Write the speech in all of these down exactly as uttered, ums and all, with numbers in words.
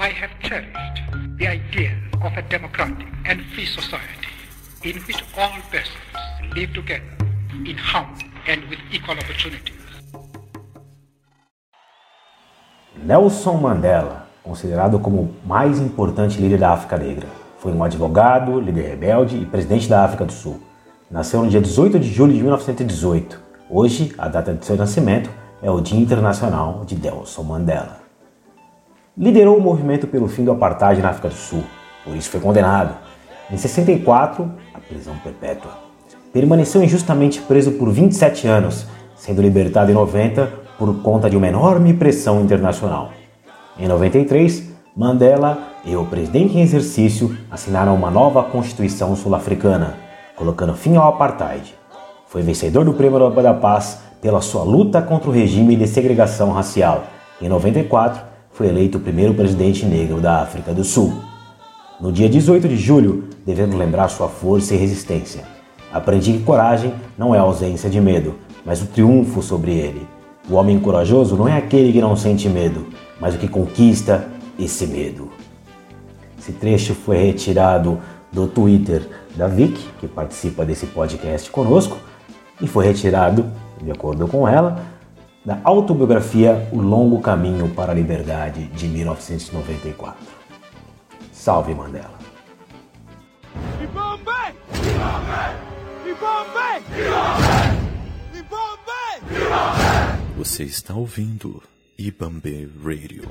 I have cherished the idea of a democratic and free society in which all persons live together in harmony and with equal opportunities. Nelson Mandela, considerado como o mais importante líder da África Negra, foi um advogado, líder rebelde e presidente da África do Sul. Nasceu no dia dezoito de julho de mil novecentos e dezoito. Hoje, a data de seu nascimento é o Dia Internacional de Nelson Mandela. Liderou o movimento pelo fim do apartheid na África do Sul, por isso foi condenado. Em sessenta e quatro, a prisão perpétua. Permaneceu injustamente preso por vinte e sete anos, sendo libertado em noventa por conta de uma enorme pressão internacional. Em noventa e três, Mandela e o presidente em exercício assinaram uma nova Constituição sul-africana, colocando fim ao apartheid. Foi vencedor do Prêmio Nobel da Paz pela sua luta contra o regime de segregação racial. Em noventa e quatro, foi eleito o primeiro presidente negro da África do Sul. No dia dezoito de julho, devemos lembrar sua força e resistência. Aprendi que coragem não é ausência de medo, mas o triunfo sobre ele. O homem corajoso não é aquele que não sente medo, mas o que conquista esse medo. Esse trecho foi retirado do Twitter da Vicky, que participa desse podcast conosco, e foi retirado, de acordo com ela, da autobiografia O Longo Caminho para a Liberdade, de mil novecentos e noventa e quatro. Salve Mandela! Ibambe! Ibambe! Ibambe! Você está ouvindo Ibambe Radio.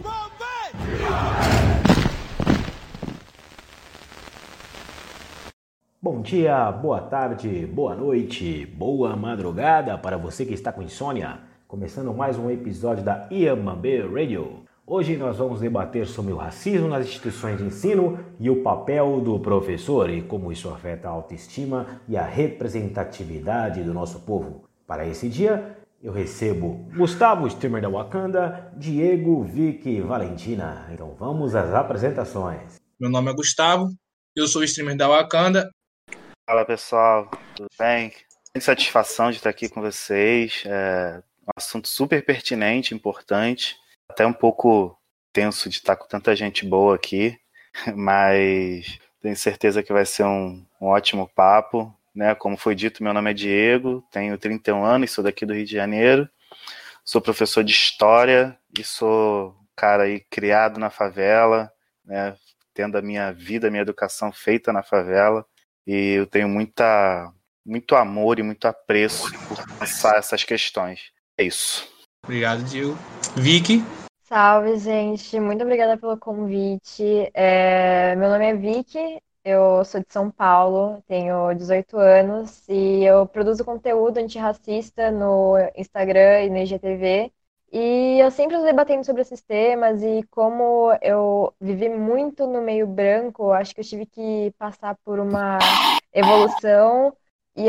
Bom dia, boa tarde, boa noite, boa madrugada para você que está com insônia. Começando mais um episódio da Ibambe Radio. Hoje nós vamos debater sobre o racismo nas instituições de ensino e o papel do professor e como isso afeta a autoestima e a representatividade do nosso povo. Para esse dia, eu recebo Gustavo, streamer da Wakanda, Diego, Vicky e Valentina. Então vamos às apresentações. Meu nome é Gustavo, eu sou streamer da Wakanda. Fala pessoal, tudo bem? Tenho satisfação de estar aqui com vocês. É um assunto super pertinente, importante. Até um pouco tenso de estar com tanta gente boa aqui, mas tenho certeza que vai ser um, um ótimo papo, né? Como foi dito, meu nome é Diego, tenho trinta e um anos, sou daqui do Rio de Janeiro, sou professor de História e sou um cara aí criado na favela, né? Tendo a minha vida, a minha educação feita na favela, e eu tenho muita, muito amor e muito apreço por pensar essas questões. É isso. Obrigado, Diego. Vicky. Salve, gente. Muito obrigada pelo convite. É, Meu nome é Vicky, eu sou de São Paulo, tenho dezoito anos e eu produzo conteúdo antirracista no Instagram e no I G T V. E eu sempre estou debatendo sobre esses temas e como eu vivi muito no meio branco, acho que eu tive que passar por uma evolução e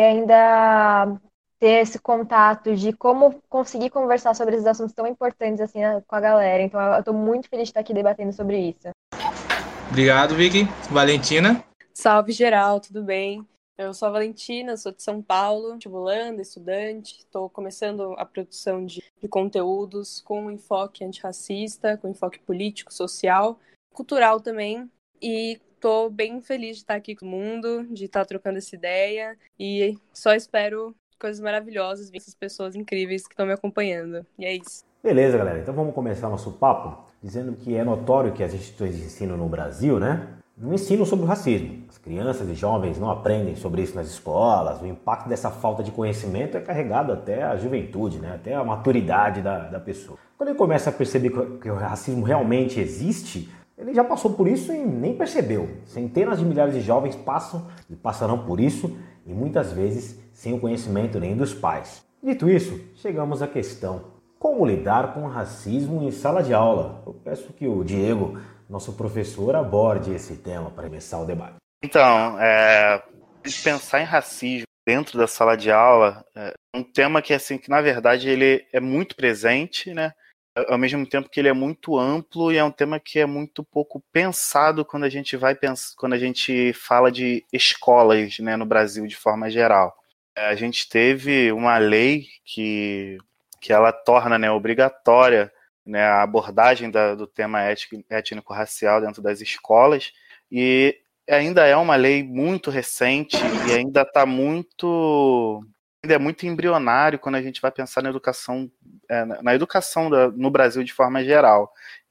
ainda ter esse contato de como conseguir conversar sobre esses assuntos tão importantes assim com a galera. Então eu tô muito feliz de estar aqui debatendo sobre isso. Obrigado, Vicky. Valentina. Salve geral, tudo bem? Eu sou a Valentina, sou de São Paulo, vestibulanda, estudante. Estou começando a produção de, de conteúdos com enfoque antirracista, com enfoque político, social, cultural também. E estou bem feliz de estar aqui com o mundo, de estar trocando essa ideia. E só espero coisas maravilhosas, essas pessoas incríveis que estão me acompanhando. E é isso. Beleza, galera. Então vamos começar nosso papo dizendo que é notório que as instituições de ensino no Brasil, né, não ensinam sobre o racismo. As crianças e jovens não aprendem sobre isso nas escolas. O impacto dessa falta de conhecimento é carregado até a juventude, né, até a maturidade da, da pessoa. Quando ele começa a perceber que o racismo realmente existe, ele já passou por isso e nem percebeu. Centenas de milhares de jovens passam e passarão por isso e muitas vezes sem o conhecimento nem dos pais. Dito isso, chegamos à questão: como lidar com o racismo em sala de aula? Eu peço que o Diego, nosso professor, aborde esse tema para começar o debate. Então, é, pensar em racismo dentro da sala de aula é um tema que, assim, que na verdade ele é muito presente, né? Ao mesmo tempo que ele é muito amplo e é um tema que é muito pouco pensado quando a gente vai pens- quando a gente fala de escolas, né, no Brasil de forma geral. A gente teve uma lei que, que ela torna, né, obrigatória né, a abordagem da, do tema étnico-racial dentro das escolas, e ainda é uma lei muito recente e ainda está muito, ainda é muito embrionário quando a gente vai pensar na educação, é, na educação da, no Brasil de forma geral.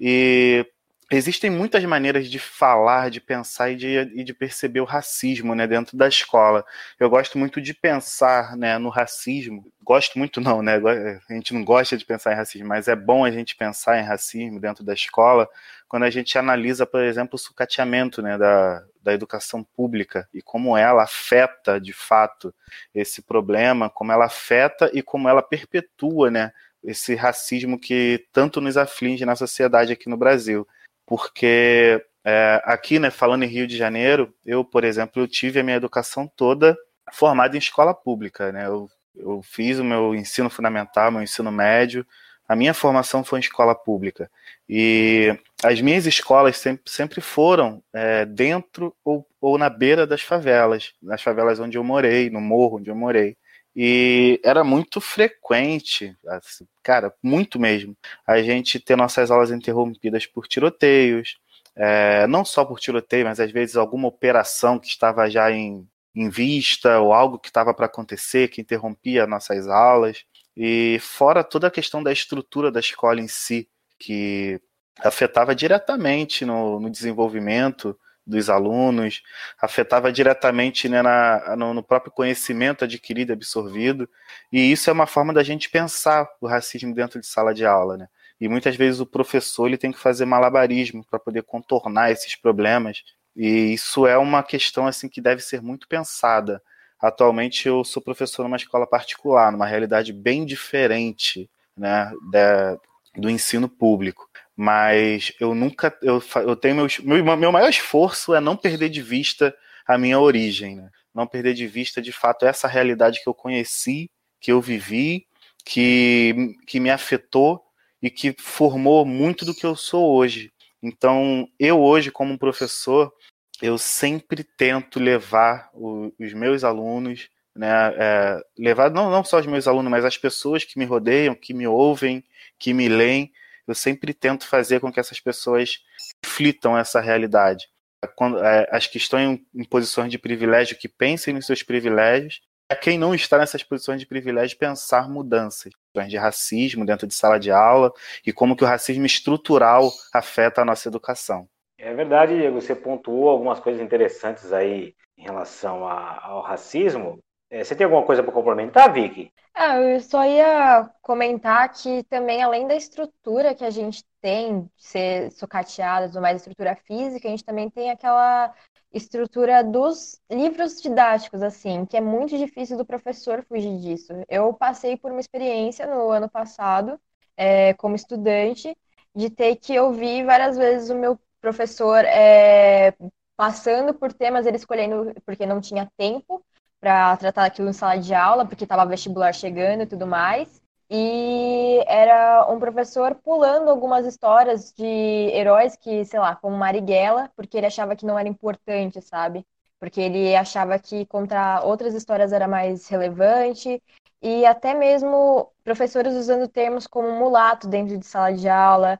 E existem muitas maneiras de falar, de pensar e de, e de perceber o racismo, né, dentro da escola. Eu gosto muito de pensar, né, no racismo. Gosto muito não, né? A gente não gosta de pensar em racismo, mas é bom a gente pensar em racismo dentro da escola quando a gente analisa, por exemplo, o sucateamento, né, da, da educação pública e como ela afeta, de fato, esse problema, como ela afeta e como ela perpetua, né, esse racismo que tanto nos aflige na sociedade aqui no Brasil. Porque é, aqui, né, falando em Rio de Janeiro, eu, por exemplo, eu tive a minha educação toda formada em escola pública, né? Eu, eu fiz o meu ensino fundamental, meu ensino médio, a minha formação foi em escola pública. E as minhas escolas sempre, sempre foram é, dentro ou, ou na beira das favelas, nas favelas onde eu morei, no morro onde eu morei. E era muito frequente, assim, cara, muito mesmo, a gente ter nossas aulas interrompidas por tiroteios, é, não só por tiroteio, mas às vezes alguma operação que estava já em, em vista, ou algo que estava para acontecer, que interrompia nossas aulas, e fora toda a questão da estrutura da escola em si, que afetava diretamente no, no desenvolvimento dos alunos, afetava diretamente, né, na, no, no próprio conhecimento adquirido e absorvido, e isso é uma forma da gente pensar o racismo dentro de sala de aula, né? E muitas vezes o professor ele tem que fazer malabarismo para poder contornar esses problemas, e isso é uma questão assim, que deve ser muito pensada. Atualmente eu sou professor numa escola particular, numa realidade bem diferente, né, da, do ensino público. Mas eu nunca, eu, eu tenho meus, meu, meu maior esforço é não perder de vista a minha origem, né? Não perder de vista, de fato, essa realidade que eu conheci, que eu vivi, que, que me afetou e que formou muito do que eu sou hoje. Então, eu hoje, como professor, eu sempre tento levar o, os meus alunos, né, é, levar não, não só os meus alunos, mas as pessoas que me rodeiam, que me ouvem, que me leem, eu sempre tento fazer com que essas pessoas reflitam essa realidade. Quando, é, as que estão em, em posições de privilégio, que pensem nos seus privilégios, a quem não está nessas posições de privilégio, pensar mudanças de racismo dentro de sala de aula e como que o racismo estrutural afeta a nossa educação. É verdade, Diego, você pontuou algumas coisas interessantes aí em relação a, ao racismo. É, você tem alguma coisa para complementar, Vicky? Ah, eu só ia comentar que também, além da estrutura que a gente tem, de ser sucateada, ou mais estrutura física, a gente também tem aquela estrutura dos livros didáticos, assim, que é muito difícil do professor fugir disso. Eu passei por uma experiência no ano passado, é, como estudante, de ter que ouvir várias vezes o meu professor é, passando por temas, ele escolhendo porque não tinha tempo para tratar aquilo em sala de aula, porque estava vestibular chegando e tudo mais. E era um professor pulando algumas histórias de heróis que, sei lá, como Marighella, porque ele achava que não era importante, sabe? Porque ele achava que contar outras histórias era mais relevante. E até mesmo professores usando termos como mulato dentro de sala de aula,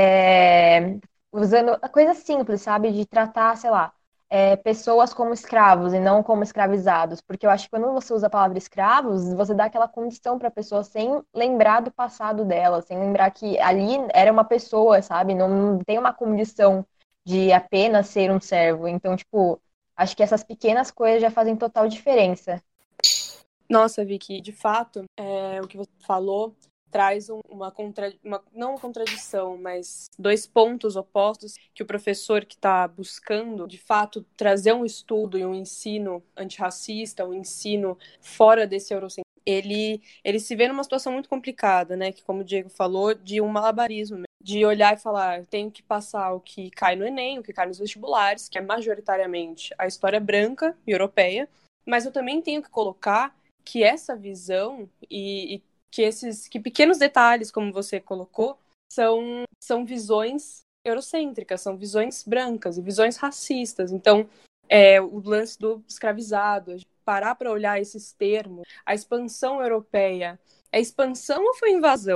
é, usando coisa simples, sabe? De tratar, sei lá, é, pessoas como escravos e não como escravizados, porque eu acho que quando você usa a palavra escravos, você dá aquela condição para a pessoa sem lembrar do passado dela, sem lembrar que ali era uma pessoa, sabe? Não, não tem uma condição de apenas ser um servo. Então, tipo, acho que essas pequenas coisas já fazem total diferença. Nossa, Vicky, de fato, é, o que você falou traz um, uma, contra, uma não uma contradição, mas dois pontos opostos que o professor que está buscando, de fato, trazer um estudo e um ensino antirracista, um ensino fora desse eurocentrismo, ele, ele se vê numa situação muito complicada, né? Que, como o Diego falou, de um malabarismo, de olhar e falar, eu tenho que passar o que cai no Enem, o que cai nos vestibulares, que é majoritariamente a história branca e europeia, mas eu também tenho que colocar que essa visão e, e que esses que pequenos detalhes, como você colocou, são, são visões eurocêntricas, são visões brancas e visões racistas. Então, é, o lance do escravizado, parar para olhar esses termos, a expansão europeia, é expansão ou foi invasão?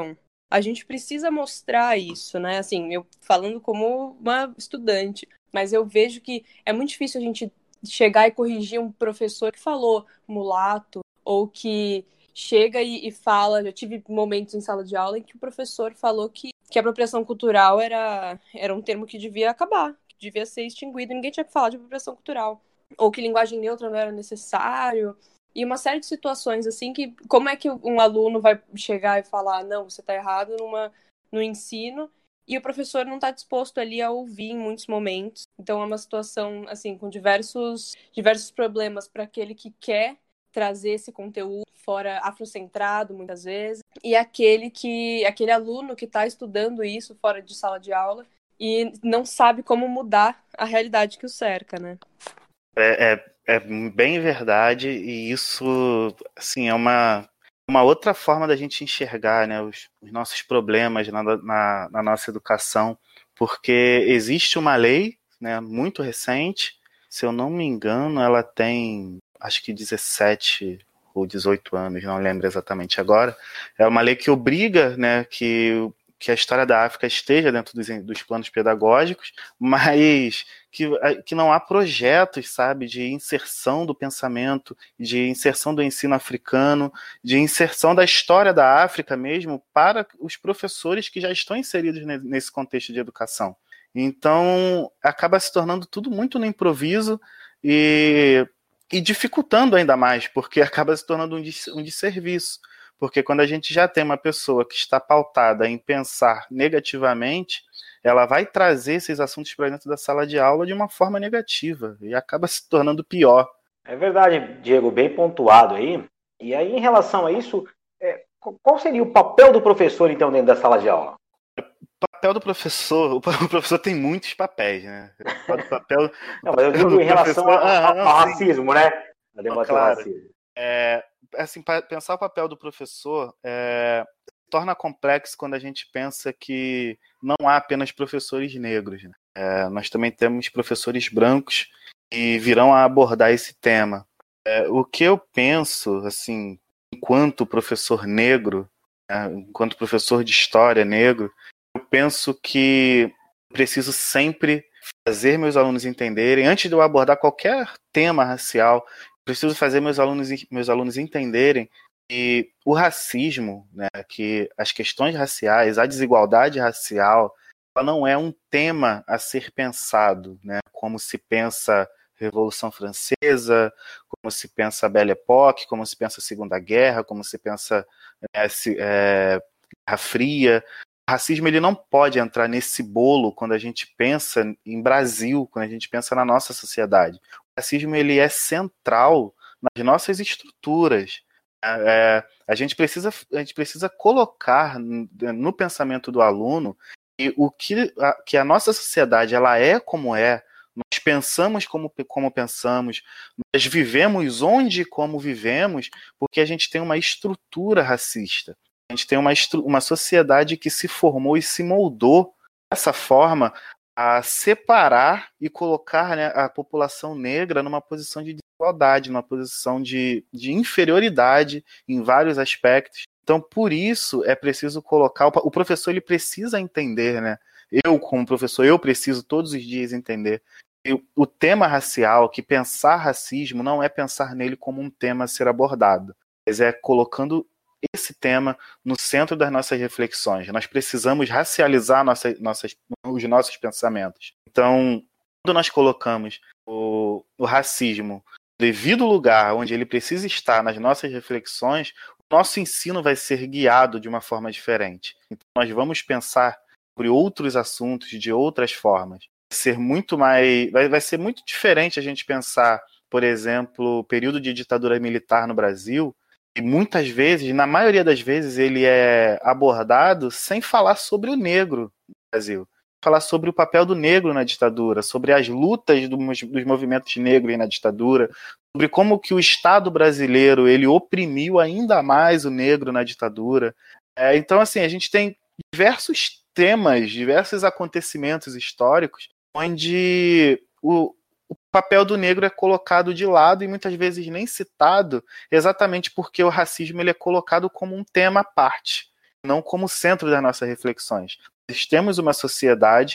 a gente precisa mostrar isso, né? Assim, eu falando como uma estudante, mas eu vejo que é muito difícil a gente chegar e corrigir um professor que falou mulato, ou que chega e, e fala, já tive momentos em sala de aula em que o professor falou que, que a apropriação cultural era, era um termo que devia acabar, que devia ser extinguido, ninguém tinha que falar de apropriação cultural, ou que linguagem neutra não era necessário, e uma série de situações assim que, como é que um aluno vai chegar e falar, não, você está errado numa, no ensino, e o professor não está disposto ali a ouvir em muitos momentos. Então é uma situação assim com diversos, diversos problemas para aquele que quer trazer esse conteúdo fora afrocentrado, muitas vezes, e aquele que aquele aluno que está estudando isso fora de sala de aula e não sabe como mudar a realidade que o cerca, né? É, é, é bem verdade, e isso, assim, é uma, uma outra forma da gente enxergar, né, os, os nossos problemas na, na, na nossa educação, porque existe uma lei, né, muito recente, se eu não me engano, ela tem, acho que dezessete ou dezoito anos, não lembro exatamente agora, é uma lei que obriga, né, que que a história da África esteja dentro dos, dos planos pedagógicos, mas que, que não há projetos, sabe, de inserção do pensamento, de inserção do ensino africano, de inserção da história da África mesmo para os professores que já estão inseridos nesse contexto de educação. Então, acaba se tornando tudo muito no improviso e, e dificultando ainda mais, porque acaba se tornando um, um desserviço. Porque quando a gente já tem uma pessoa que está pautada em pensar negativamente, ela vai trazer esses assuntos para dentro da sala de aula de uma forma negativa e acaba se tornando pior. É verdade, Diego, bem pontuado aí. E aí, em relação a isso, é, qual seria o papel do professor, então, dentro da sala de aula? O papel do professor, o professor tem muitos papéis, né? O papel, não, mas eu digo em relação ao, ao, ao racismo, né? A debate claro. do racismo. É, assim, pensar o papel do professor é, torna complexo quando a gente pensa que não há apenas professores negros, né? É, nós também temos professores brancos que virão a abordar esse tema. É, o que eu penso, assim, enquanto professor negro, né, enquanto professor de história negro, eu penso que preciso sempre fazer meus alunos entenderem, antes de eu abordar qualquer tema racial, preciso fazer meus alunos, meus alunos entenderem que o racismo, né, que as questões raciais, a desigualdade racial, ela não é um tema a ser pensado, né, como se pensa Revolução Francesa, como se pensa Belle Époque, como se pensa Segunda Guerra, como se pensa é, se, é, Guerra Fria. O racismo ele não pode entrar nesse bolo quando a gente pensa em Brasil, quando a gente pensa na nossa sociedade. O racismo ele é central nas nossas estruturas. É, a, gente precisa, a gente precisa colocar no, no pensamento do aluno que, o que, a, que a nossa sociedade ela é como é, nós pensamos como, como pensamos, nós vivemos onde e como vivemos, porque a gente tem uma estrutura racista. A gente tem uma, uma sociedade que se formou e se moldou dessa forma a separar e colocar, né, a população negra numa posição de desigualdade, numa posição de, de inferioridade em vários aspectos. Então, por isso, é preciso colocar... O professor ele precisa entender, né? Eu, como professor, eu preciso todos os dias entender que o tema racial, que pensar racismo não é pensar nele como um tema a ser abordado, mas é colocando esse tema no centro das nossas reflexões. Nós precisamos racializar nossa, nossas, os nossos pensamentos. Então, quando nós colocamos o, o racismo no devido lugar, onde ele precisa estar nas nossas reflexões, o nosso ensino vai ser guiado de uma forma diferente. Então, nós vamos pensar sobre outros assuntos de outras formas. Vai ser muito mais, vai, vai ser muito diferente a gente pensar, por exemplo, o período de ditadura militar no Brasil. E muitas vezes, na maioria das vezes, ele é abordado sem falar sobre o negro no Brasil. Falar sobre o papel do negro na ditadura, sobre as lutas dos, dos movimentos negros na ditadura, sobre como que o Estado brasileiro ele oprimiu ainda mais o negro na ditadura. É, então, assim, a gente tem diversos temas, diversos acontecimentos históricos onde o o papel do negro é colocado de lado e muitas vezes nem citado, exatamente porque o racismo ele é colocado como um tema à parte. não como centro das nossas reflexões. Nós temos uma sociedade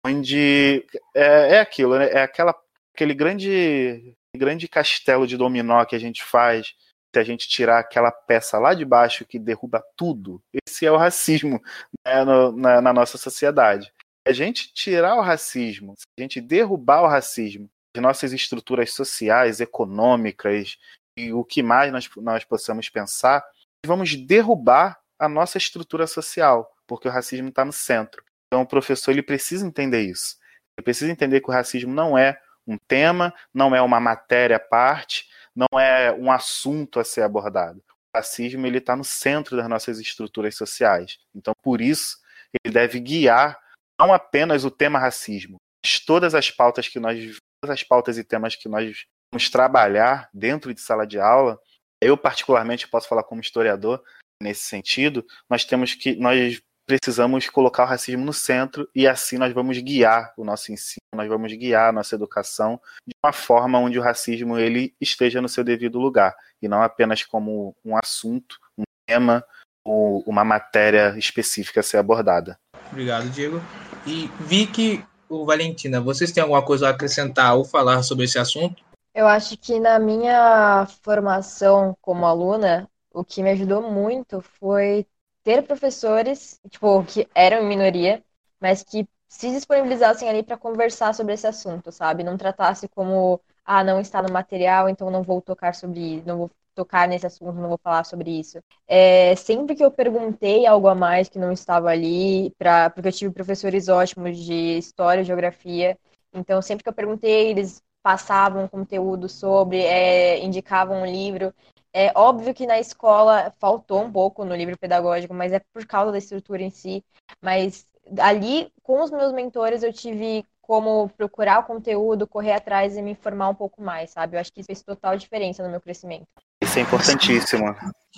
onde é, é aquilo, né? É aquela, aquele grande, grande castelo de dominó que a gente faz, se a gente tirar aquela peça lá de baixo que derruba tudo. Esse é o racismo, né, no, na, na nossa sociedade. Se a gente tirar o racismo, se a gente derrubar o racismo, as nossas estruturas sociais, econômicas e o que mais nós, nós possamos pensar, vamos derrubar a nossa estrutura social, porque o racismo está no centro. Então o professor ele precisa entender isso. Ele precisa entender que o racismo não é um tema, não é uma matéria à parte, não é um assunto a ser abordado. O racismo ele está no centro das nossas estruturas sociais. Então, por isso, ele deve guiar não apenas o tema racismo, mas todas as pautas que nós, todas as pautas e temas que nós vamos trabalhar dentro de sala de aula. Eu, particularmente, posso falar como historiador nesse sentido. Nós temos que, nós precisamos colocar o racismo no centro e assim nós vamos guiar o nosso ensino, nós vamos guiar a nossa educação de uma forma onde o racismo ele esteja no seu devido lugar e não apenas como um assunto, um tema ou uma matéria específica a ser abordada. Obrigado, Diego. E Vicky ou Valentina, vocês têm alguma coisa a acrescentar ou falar sobre esse assunto? Eu acho que na minha formação como aluna, o que me ajudou muito foi ter professores, tipo, que eram em minoria, mas que se disponibilizassem ali para conversar sobre esse assunto, sabe? Não tratasse como, ah, não está no material, então não vou tocar sobre isso, não vou tocar nesse assunto, não vou falar sobre isso. É, sempre que eu perguntei algo a mais que não estava ali, pra, porque eu tive professores ótimos de história e geografia, então sempre que eu perguntei, eles passavam conteúdo sobre, é, indicavam um livro. É óbvio que na escola faltou um pouco no livro pedagógico, mas é por causa da estrutura em si. Mas ali, com os meus mentores, eu tive como procurar o conteúdo, correr atrás e me informar um pouco mais, sabe? Eu acho que isso fez total diferença no meu crescimento. Isso é importantíssimo.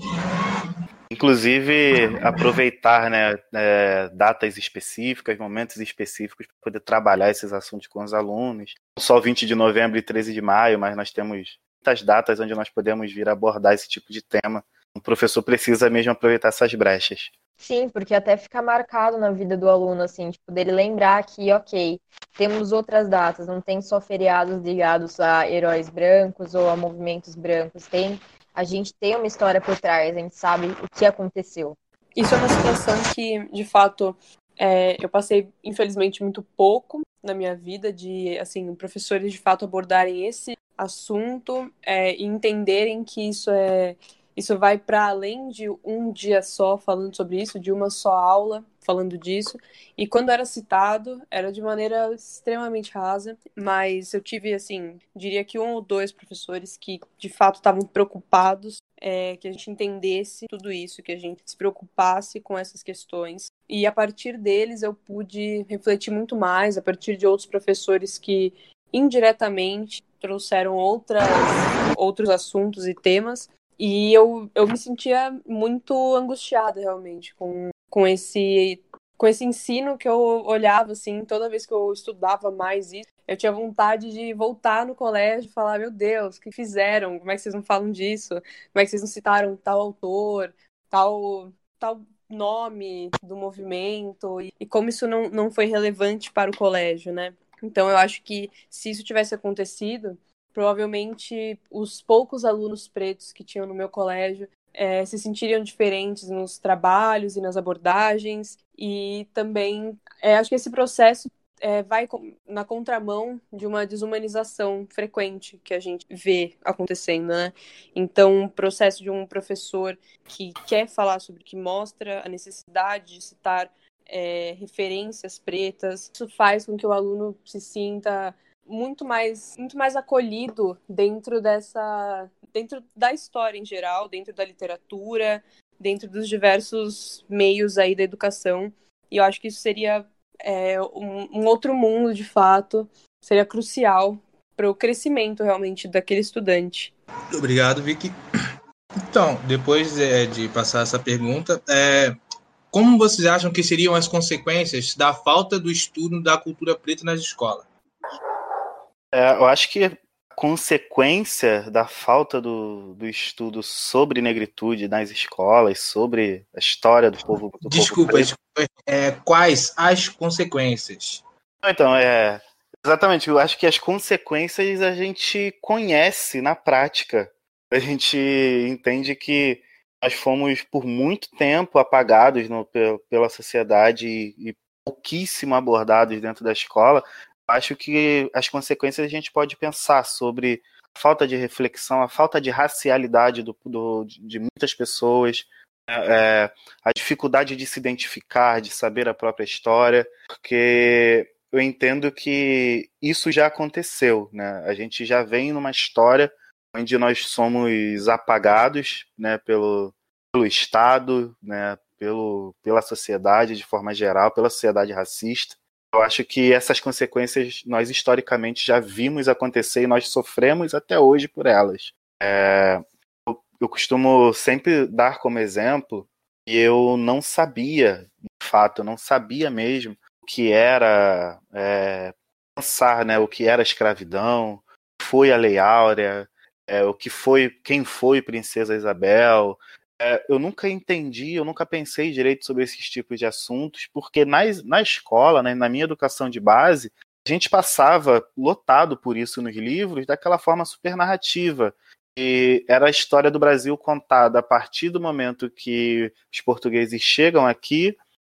Inclusive, aproveitar, né, é, datas específicas, momentos específicos para poder trabalhar esses assuntos com os alunos. Não só vinte de novembro e treze de maio, mas nós temos muitas datas onde nós podemos vir abordar esse tipo de tema. O professor precisa mesmo aproveitar essas brechas. Sim, porque até fica marcado na vida do aluno, assim, tipo, dele lembrar que, ok, temos outras datas, não tem só feriados ligados a heróis brancos ou a movimentos brancos, tem, a gente tem uma história por trás, a gente sabe o que aconteceu. Isso é uma situação que, de fato, é, eu passei, infelizmente, muito pouco na minha vida de, assim, professores, de fato, abordarem esse assunto é, e entenderem que isso é isso vai para além de um dia só falando sobre isso, de uma só aula falando disso, e quando era citado era de maneira extremamente rasa, mas eu tive, assim, diria que um ou dois professores que de fato estavam preocupados é, que a gente entendesse tudo isso, que a gente se preocupasse com essas questões, e a partir deles eu pude refletir muito mais, a partir de outros professores que indiretamente trouxeram outras, outros assuntos e temas, e eu, eu me sentia muito angustiada, realmente, com, com, esse, com esse ensino que eu olhava, assim, toda vez que eu estudava mais isso, eu tinha vontade de voltar no colégio e falar, meu Deus, o que fizeram? Como é que vocês não falam disso? Como é que vocês não citaram tal autor, tal, tal nome do movimento? E, e como isso não, não foi relevante para o colégio, né? Então, eu acho que se isso tivesse acontecido, provavelmente os poucos alunos pretos que tinham no meu colégio é, se sentiriam diferentes nos trabalhos e nas abordagens. E também, é, acho que esse processo é, vai na contramão de uma desumanização frequente que a gente vê acontecendo, né? Então, o processo de um professor que quer falar sobre, que mostra a necessidade de citar É, referências pretas, isso faz com que o aluno se sinta muito mais, muito mais acolhido dentro dessa, dentro da história em geral, dentro da literatura, dentro dos diversos meios aí da educação. E eu acho que isso seria é, um, um outro mundo, de fato, seria crucial para o crescimento realmente daquele estudante. Obrigado, Vicky. Então, depois é, de passar essa pergunta, é, como vocês acham que seriam as consequências da falta do estudo da cultura preta nas escolas? É, eu acho que consequência da falta do, do estudo sobre negritude nas escolas, sobre a história do povo do Desculpa, povo desculpa. É, quais as consequências? Então, é. Exatamente, eu acho que as consequências a gente conhece na prática. A gente entende que nós fomos por muito tempo apagados no, pela sociedade e, e pouquíssimo abordados dentro da escola. Acho que as consequências a gente pode pensar sobre a falta de reflexão, a falta de racialidade do, do, de muitas pessoas, é, a dificuldade de se identificar, de saber a própria história, porque eu entendo que isso já aconteceu, né? A gente já vem numa história onde nós somos apagados, né, pelo, pelo Estado, né, pelo, pela sociedade de forma geral, pela sociedade racista. Eu acho que essas consequências nós historicamente já vimos acontecer e nós sofremos até hoje por elas. É, eu, eu costumo sempre dar como exemplo que eu não sabia, de fato, eu não sabia mesmo o que era é, pensar, né, o que era escravidão, o que foi a Lei Áurea, é, o que foi, quem foi Princesa Isabel. É, eu nunca entendi, eu nunca pensei direito sobre esses tipos de assuntos, porque na, na escola, né, na minha educação de base, a gente passava lotado por isso nos livros, daquela forma super narrativa. E era a história do Brasil contada a partir do momento que os portugueses chegam aqui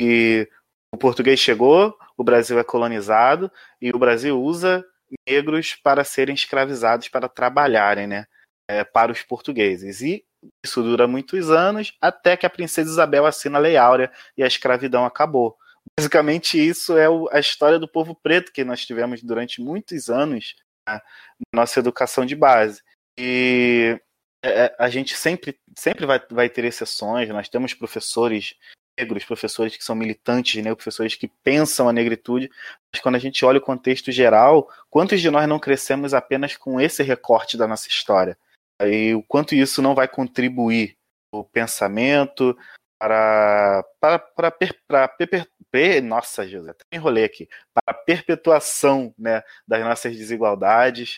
e o português chegou, o Brasil é colonizado e o Brasil usa negros para serem escravizados, para trabalharem, né, é, para os portugueses. E isso dura muitos anos, até que a Princesa Isabel assina a Lei Áurea e a escravidão acabou. Basicamente isso é a história do povo preto que nós tivemos durante muitos anos, né, na nossa educação de base. E é, a gente sempre, sempre vai, vai ter exceções, nós temos professores negros, professores que são militantes, né, professores que pensam a negritude, mas quando a gente olha o contexto geral, quantos de nós não crescemos apenas com esse recorte da nossa história? E o quanto isso não vai contribuir o pensamento para, para, para, para, para, para nossa, José, até me enrolei aqui, para a perpetuação, né, das nossas desigualdades,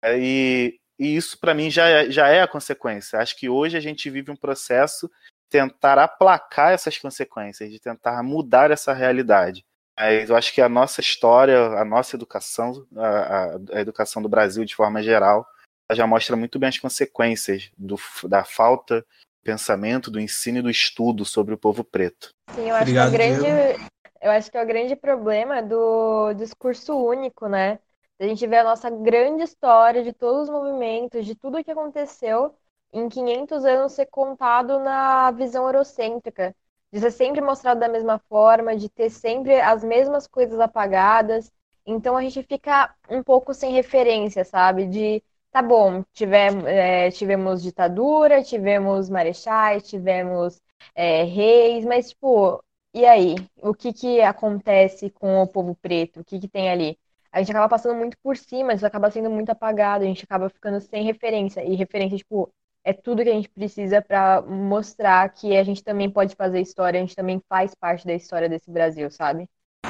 e, e isso para mim já é, já é a consequência. Acho que hoje a gente vive um processo tentar aplacar essas consequências, de tentar mudar essa realidade. Mas eu acho que a nossa história, a nossa educação, a, a educação do Brasil de forma geral, ela já mostra muito bem as consequências do, da falta de pensamento, do ensino e do estudo sobre o povo preto. Sim, eu acho Obrigado, que é o grande, Diego. eu acho que é o grande problema do discurso único, né? A gente vê a nossa grande história de todos os movimentos, de tudo o que aconteceu em quinhentos anos ser contado na visão eurocêntrica, de ser sempre mostrado da mesma forma, de ter sempre as mesmas coisas apagadas. Então a gente fica um pouco sem referência, sabe? De, tá bom, tivemos, é, tivemos ditadura, tivemos marechais, tivemos é, reis, mas, tipo, e aí? O que que acontece com o povo preto? O que que tem ali? A gente acaba passando muito por cima, isso acaba sendo muito apagado, a gente acaba ficando sem referência. E referência, tipo, é tudo que a gente precisa para mostrar que a gente também pode fazer história, a gente também faz parte da história desse Brasil, sabe?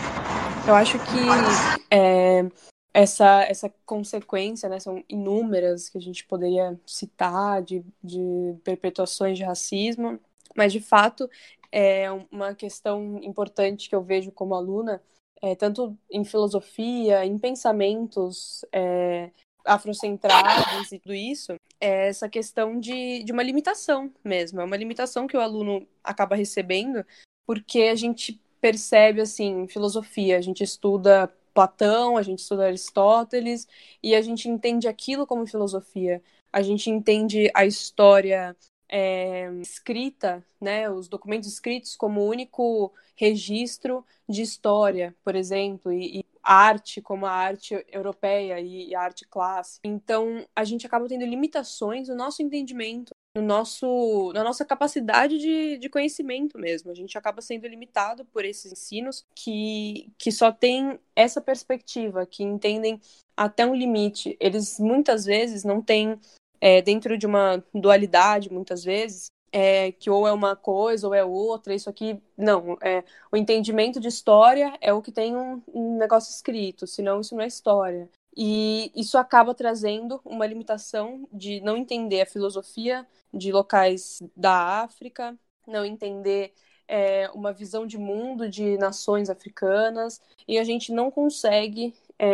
Eu acho que é, essa, essa consequência, né, são inúmeras que a gente poderia citar de, de perpetuações de racismo, mas de fato é uma questão importante que eu vejo como aluna, é, tanto em filosofia, em pensamentos é, afrocentrados e tudo isso, é essa questão de, de uma limitação mesmo. É uma limitação que o aluno acaba recebendo porque a gente percebe, assim, filosofia, a gente estuda Platão, a gente estuda Aristóteles e a gente entende aquilo como filosofia. A gente entende a história é, escrita, né, os documentos escritos como único registro de história, por exemplo, e, e arte como a arte europeia e, e a arte clássica. Então, a gente acaba tendo limitações no nosso entendimento, no nosso, na nossa capacidade de, de conhecimento mesmo. A gente acaba sendo limitado por esses ensinos que, que só têm essa perspectiva, que entendem até um limite. Eles, muitas vezes, não têm, é, dentro de uma dualidade, muitas vezes, é, que ou é uma coisa ou é outra, isso aqui, não, é, o entendimento de história é o que tem um, um negócio escrito, senão isso não é história. E isso acaba trazendo uma limitação de não entender a filosofia de locais da África, não entender é, uma visão de mundo de nações africanas, e a gente não consegue,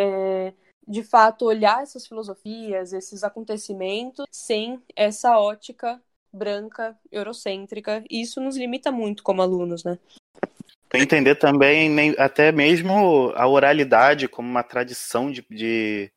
é, de fato, olhar essas filosofias, esses acontecimentos, sem essa ótica branca, eurocêntrica, e isso nos limita muito como alunos, né? Entender também nem, até mesmo a oralidade como uma tradição de, de,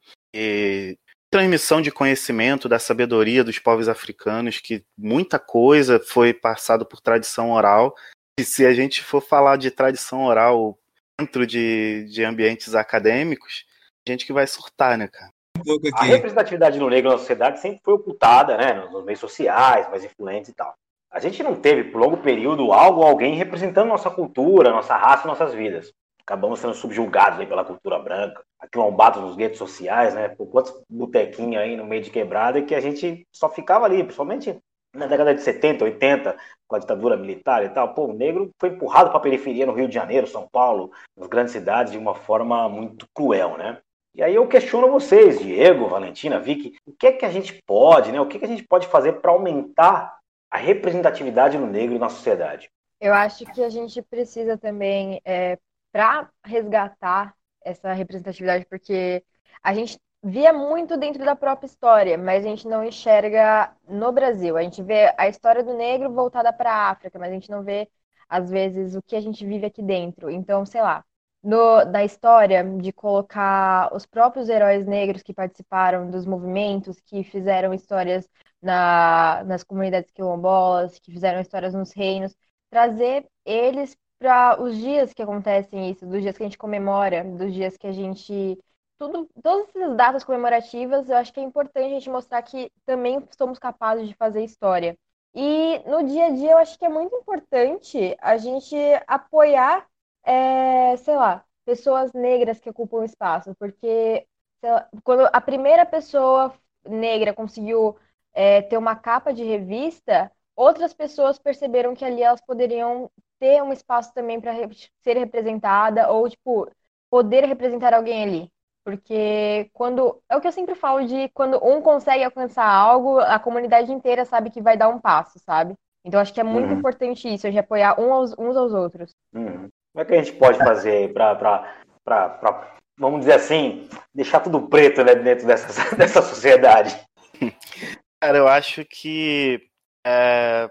de transmissão de conhecimento, da sabedoria dos povos africanos, que muita coisa foi passado por tradição oral. E se a gente for falar de tradição oral dentro de, de ambientes acadêmicos, gente que vai surtar, né, cara? A representatividade do negro na sociedade sempre foi ocultada, né, nos meios sociais, mais influentes e tal. A gente não teve, por longo período, algo ou alguém representando nossa cultura, nossa raça e nossas vidas. Acabamos sendo subjugados aí pela cultura branca, aquilombados nos guetos sociais, né? Por quantos botequinhos aí no meio de quebrada que a gente só ficava ali, principalmente na década de setenta, oitenta, com a ditadura militar e tal. Pô, o negro foi empurrado para a periferia no Rio de Janeiro, São Paulo, nas grandes cidades, de uma forma muito cruel, né? E aí eu questiono vocês, Diego, Valentina, Vicky, o que é que a gente pode, né? O que é que a gente pode fazer para aumentar a representatividade do negro na sociedade? Eu acho que a gente precisa também, é, para resgatar essa representatividade, porque a gente via muito dentro da própria história, mas a gente não enxerga no Brasil. A gente vê a história do negro voltada para a África, mas a gente não vê, às vezes, o que a gente vive aqui dentro. Então, sei lá, no, da história de colocar os próprios heróis negros que participaram dos movimentos, que fizeram histórias Na, nas comunidades quilombolas, que fizeram histórias nos reinos, trazer eles para os dias que acontecem isso, dos dias que a gente comemora, dos dias que a gente... Tudo, todas essas datas comemorativas, eu acho que é importante a gente mostrar que também somos capazes de fazer história. E no dia a dia, eu acho que é muito importante a gente apoiar, é, sei lá, pessoas negras que ocupam espaço, porque sei lá, quando a primeira pessoa negra conseguiu É, ter uma capa de revista, outras pessoas perceberam que ali elas poderiam ter um espaço também para re- ser representada ou, tipo, poder representar alguém ali. Porque quando. É o que eu sempre falo de quando um consegue alcançar algo, a comunidade inteira sabe que vai dar um passo, sabe? Então acho que é muito Uhum. importante isso, de apoiar um aos- uns aos outros. Uhum. Como é que a gente pode fazer para, vamos dizer assim, deixar tudo preto, né, dentro dessa, dessa sociedade? Cara, eu acho que é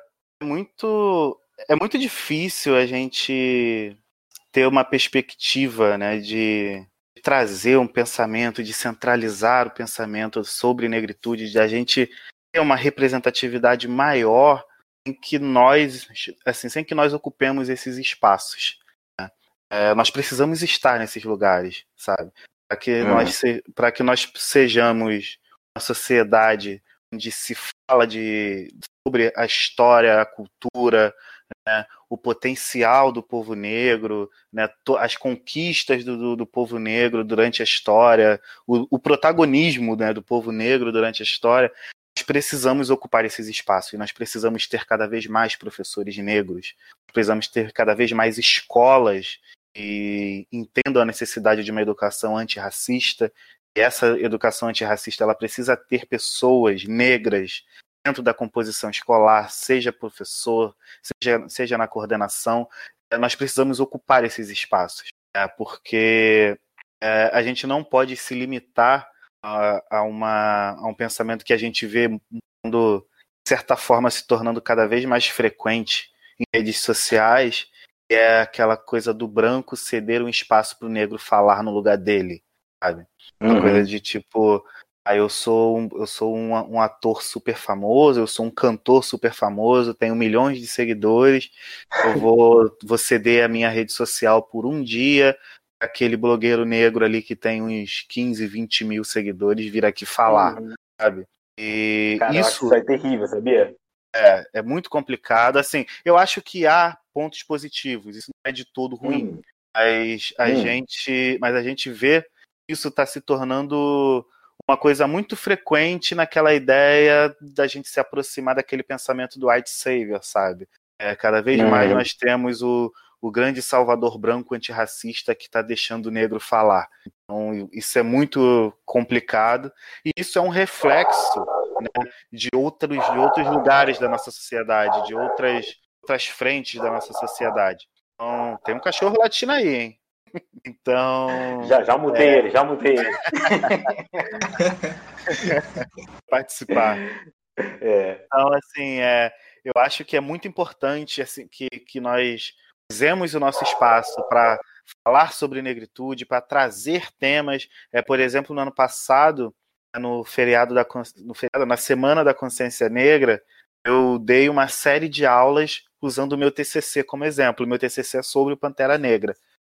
muito, é muito difícil a gente ter uma perspectiva, né, de trazer um pensamento, de centralizar o pensamento sobre negritude, de a gente ter uma representatividade maior em que nós, assim, sem que nós ocupemos esses espaços. Né? É, nós precisamos estar nesses lugares, sabe? Para que, Uhum. nós se, para que nós sejamos uma sociedade onde se fala de, sobre a história, a cultura, né, o potencial do povo negro, né, to, as conquistas do, do, do povo negro durante a história, o, o protagonismo, né, do povo negro durante a história. Nós precisamos ocupar esses espaços e nós precisamos ter cada vez mais professores negros, precisamos ter cada vez mais escolas que entendam a necessidade de uma educação antirracista. E essa educação antirracista ela precisa ter pessoas negras dentro da composição escolar, seja professor, seja, seja na coordenação. Nós precisamos ocupar esses espaços, né? Porque é, a gente não pode se limitar a, a, uma, a um pensamento que a gente vê, de certa forma, se tornando cada vez mais frequente em redes sociais, que é aquela coisa do branco ceder um espaço para o negro falar no lugar dele, sabe? Uma uhum. coisa de tipo, ah, eu sou, um, eu sou um, um ator super famoso, eu sou um cantor super famoso, tenho milhões de seguidores, eu vou, vou ceder a minha rede social por um dia, aquele blogueiro negro ali que tem uns quinze, vinte mil seguidores vir aqui falar, uhum. sabe? E Cara, isso, isso é terrível, sabia? É, é muito complicado. Assim, eu acho que há pontos positivos, isso não é de todo ruim, hum. mas, a hum. gente, mas a gente vê isso está se tornando uma coisa muito frequente naquela ideia da gente se aproximar daquele pensamento do white savior, sabe? É, cada vez uhum. mais nós temos o, o grande salvador branco antirracista que está deixando o negro falar. Então, isso é muito complicado, e isso é um reflexo, né, de, outros, de outros lugares da nossa sociedade, de outras, outras frentes da nossa sociedade. Então, tem um cachorro latindo aí, hein? Então... Já, já mutei é... ele, já mutei ele. Participar. É. Então, assim, é, eu acho que é muito importante assim, que, que nós usemos o nosso espaço para falar sobre negritude, para trazer temas. É, por exemplo, no ano passado, no feriado da no feriado, na Semana da Consciência Negra, eu dei uma série de aulas usando o meu T C C como exemplo. O meu T C C é sobre o Pantera Negra.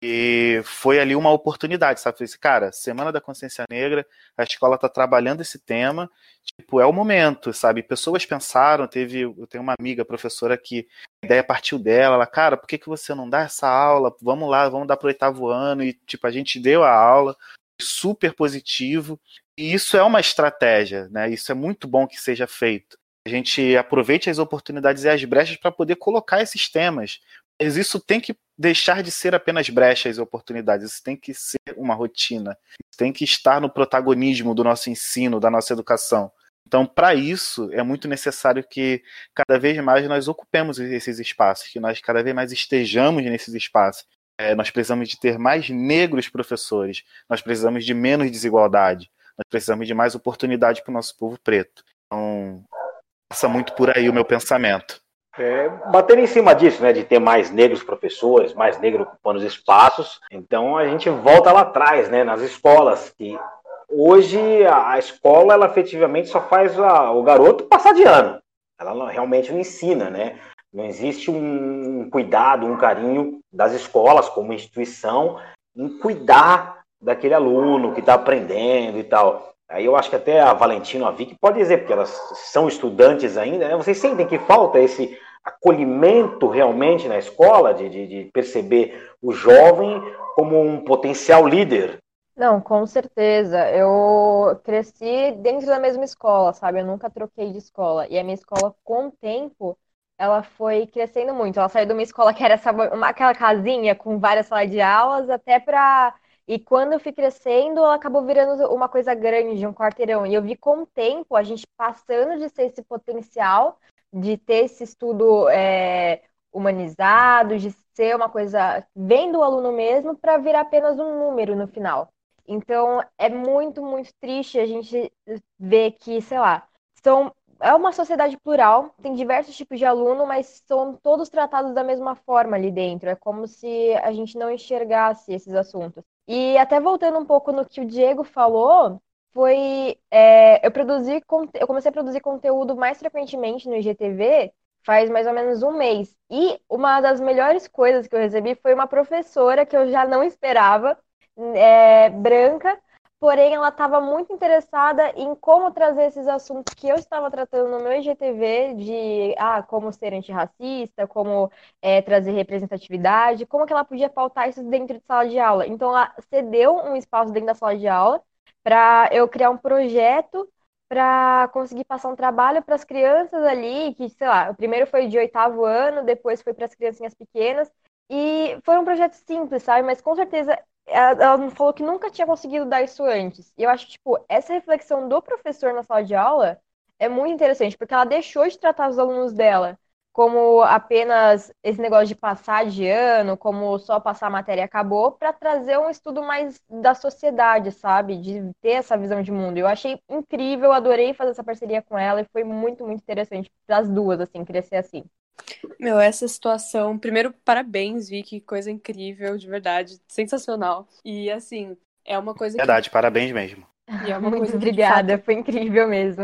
E foi ali uma oportunidade, sabe? Falei assim, cara, Semana da Consciência Negra, a escola está trabalhando esse tema, tipo, é o momento, sabe? Pessoas pensaram, teve, eu tenho uma amiga, professora, que a ideia partiu dela, ela, cara, por que, que você não dá essa aula? Vamos lá, vamos dar pro oitavo ano, e tipo, a gente deu a aula, super positivo, e isso é uma estratégia, né? Isso é muito bom que seja feito. A gente aproveite as oportunidades e as brechas para poder colocar esses temas. Mas isso tem que deixar de ser apenas brechas e oportunidades, isso tem que ser uma rotina, isso tem que estar no protagonismo do nosso ensino, da nossa educação. Então, para isso, é muito necessário que cada vez mais nós ocupemos esses espaços, que nós cada vez mais estejamos nesses espaços. É, nós precisamos de ter mais negros professores, nós precisamos de menos desigualdade, nós precisamos de mais oportunidade para o nosso povo preto. Então, passa muito por aí o meu pensamento. É, bater em cima disso, né, de ter mais negros professores, mais negros ocupando os espaços. Então a gente volta lá atrás, né, nas escolas, que hoje a, a escola, ela efetivamente só faz a, o garoto passar de ano. Ela não, realmente não ensina, né? Não existe um cuidado, um carinho das escolas como instituição em cuidar daquele aluno que está aprendendo e tal. Aí eu acho que até a Valentina, a Vicky pode dizer, porque elas são estudantes ainda, né? Vocês sentem que falta esse acolhimento realmente na escola, de, de, de perceber o jovem como um potencial líder? Não, com certeza. Eu cresci dentro da mesma escola, sabe? Eu nunca troquei de escola. E a minha escola, com o tempo, ela foi crescendo muito. Ela saiu de uma escola que era essa, uma, aquela casinha com várias salas de aulas, até para... E quando eu fui crescendo, ela acabou virando uma coisa grande, um quarteirão. E eu vi com o tempo a gente passando de ser esse potencial, de ter esse estudo é, humanizado, de ser uma coisa vendo o aluno mesmo, para virar apenas um número no final. Então, é muito, muito triste a gente ver que, sei lá, são, é uma sociedade plural, tem diversos tipos de aluno, mas são todos tratados da mesma forma ali dentro. É como se a gente não enxergasse esses assuntos. E até voltando um pouco no que o Diego falou, foi é, eu produzi, eu comecei a produzir conteúdo mais frequentemente no I G T V faz mais ou menos um mês. E uma das melhores coisas que eu recebi foi uma professora que eu já não esperava, é, branca, porém ela estava muito interessada em como trazer esses assuntos que eu estava tratando no meu I G T V, de ah, como ser antirracista, como é, trazer representatividade, como que ela podia pautar isso dentro de sala de aula. Então ela cedeu um espaço dentro da sala de aula para eu criar um projeto para conseguir passar um trabalho para as crianças ali, que, sei lá, o primeiro foi de oitavo ano, depois foi para as criancinhas pequenas, e foi um projeto simples, sabe? Mas com certeza ela me falou que nunca tinha conseguido dar isso antes. E eu acho que, tipo, essa reflexão do professor na sala de aula é muito interessante, porque ela deixou de tratar os alunos dela como apenas esse negócio de passar de ano, como só passar a matéria e acabou, para trazer um estudo mais da sociedade, sabe? De ter essa visão de mundo. Eu achei incrível, adorei fazer essa parceria com ela e foi muito, muito interessante para as duas, assim, crescer assim. Meu, essa situação... Primeiro, parabéns, Vicky, coisa incrível, de verdade, sensacional. E, assim, é uma coisa Verdade, que... parabéns mesmo. E é uma Muito coisa obrigada, que, de fato... foi incrível mesmo.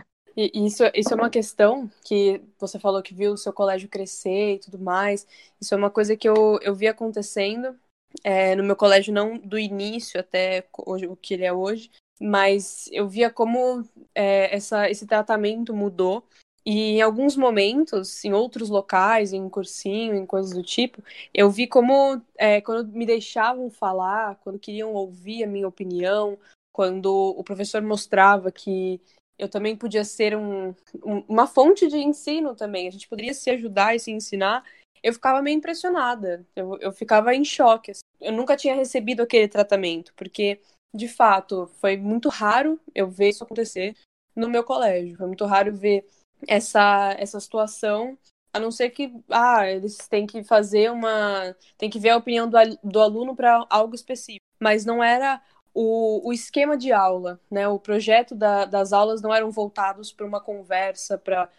E isso, isso é uma questão que você falou que viu o seu colégio crescer e tudo mais. Isso é uma coisa que eu, eu vi acontecendo é, no meu colégio, não do início até hoje, o que ele é hoje, mas eu via como é, essa, esse tratamento mudou. E em alguns momentos, em outros locais, em cursinho, em coisas do tipo, eu vi como, é, quando me deixavam falar, quando queriam ouvir a minha opinião, quando o professor mostrava que eu também podia ser um, um, uma fonte de ensino também, a gente poderia se ajudar e se ensinar, eu ficava meio impressionada, eu, eu ficava em choque. Assim. Eu nunca tinha recebido aquele tratamento, porque, de fato, foi muito raro eu ver isso acontecer no meu colégio. Foi muito raro ver essa, essa situação, a não ser que, ah, eles têm que fazer uma... Tem que ver a opinião do, do aluno para algo específico. Mas não era o, o esquema de aula, né? O projeto da, das aulas não eram voltados para uma conversa, para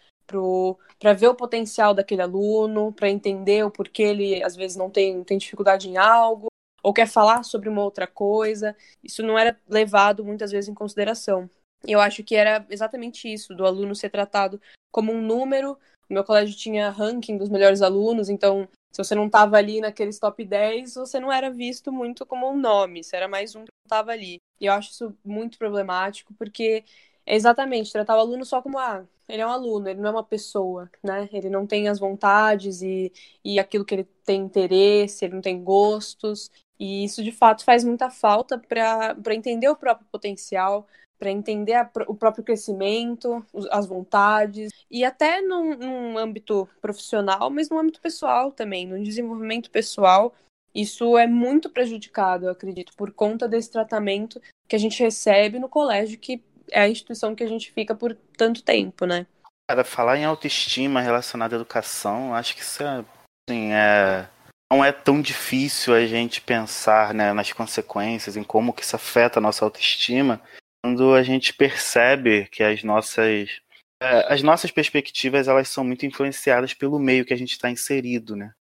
para ver o potencial daquele aluno, para entender o porquê ele, às vezes, não tem, tem dificuldade em algo, ou quer falar sobre uma outra coisa. Isso não era levado, muitas vezes, em consideração. E eu acho que era exatamente isso, do aluno ser tratado como um número. O meu colégio tinha ranking dos melhores alunos, então, se você não estava ali naqueles top dez, você não era visto muito como um nome, você era mais um que não estava ali. E eu acho isso muito problemático, porque é exatamente tratar o aluno só como, ah, ele é um aluno, ele não é uma pessoa, né? Ele não tem as vontades e, e aquilo que ele tem interesse, ele não tem gostos. E isso, de fato, faz muita falta para para entender o próprio potencial, para entender a, o próprio crescimento, as vontades, e até num, num âmbito profissional, mas no âmbito pessoal também, no desenvolvimento pessoal. Isso é muito prejudicado, eu acredito, por conta desse tratamento que a gente recebe no colégio, que é a instituição que a gente fica por tanto tempo, né? Cara, falar em autoestima relacionada à educação, acho que isso é, assim, é, não é tão difícil a gente pensar, né, nas consequências, em como que isso afeta a nossa autoestima, quando a gente percebe que as nossas, é, as nossas perspectivas, elas são muito influenciadas pelo meio que a gente está inserido, né?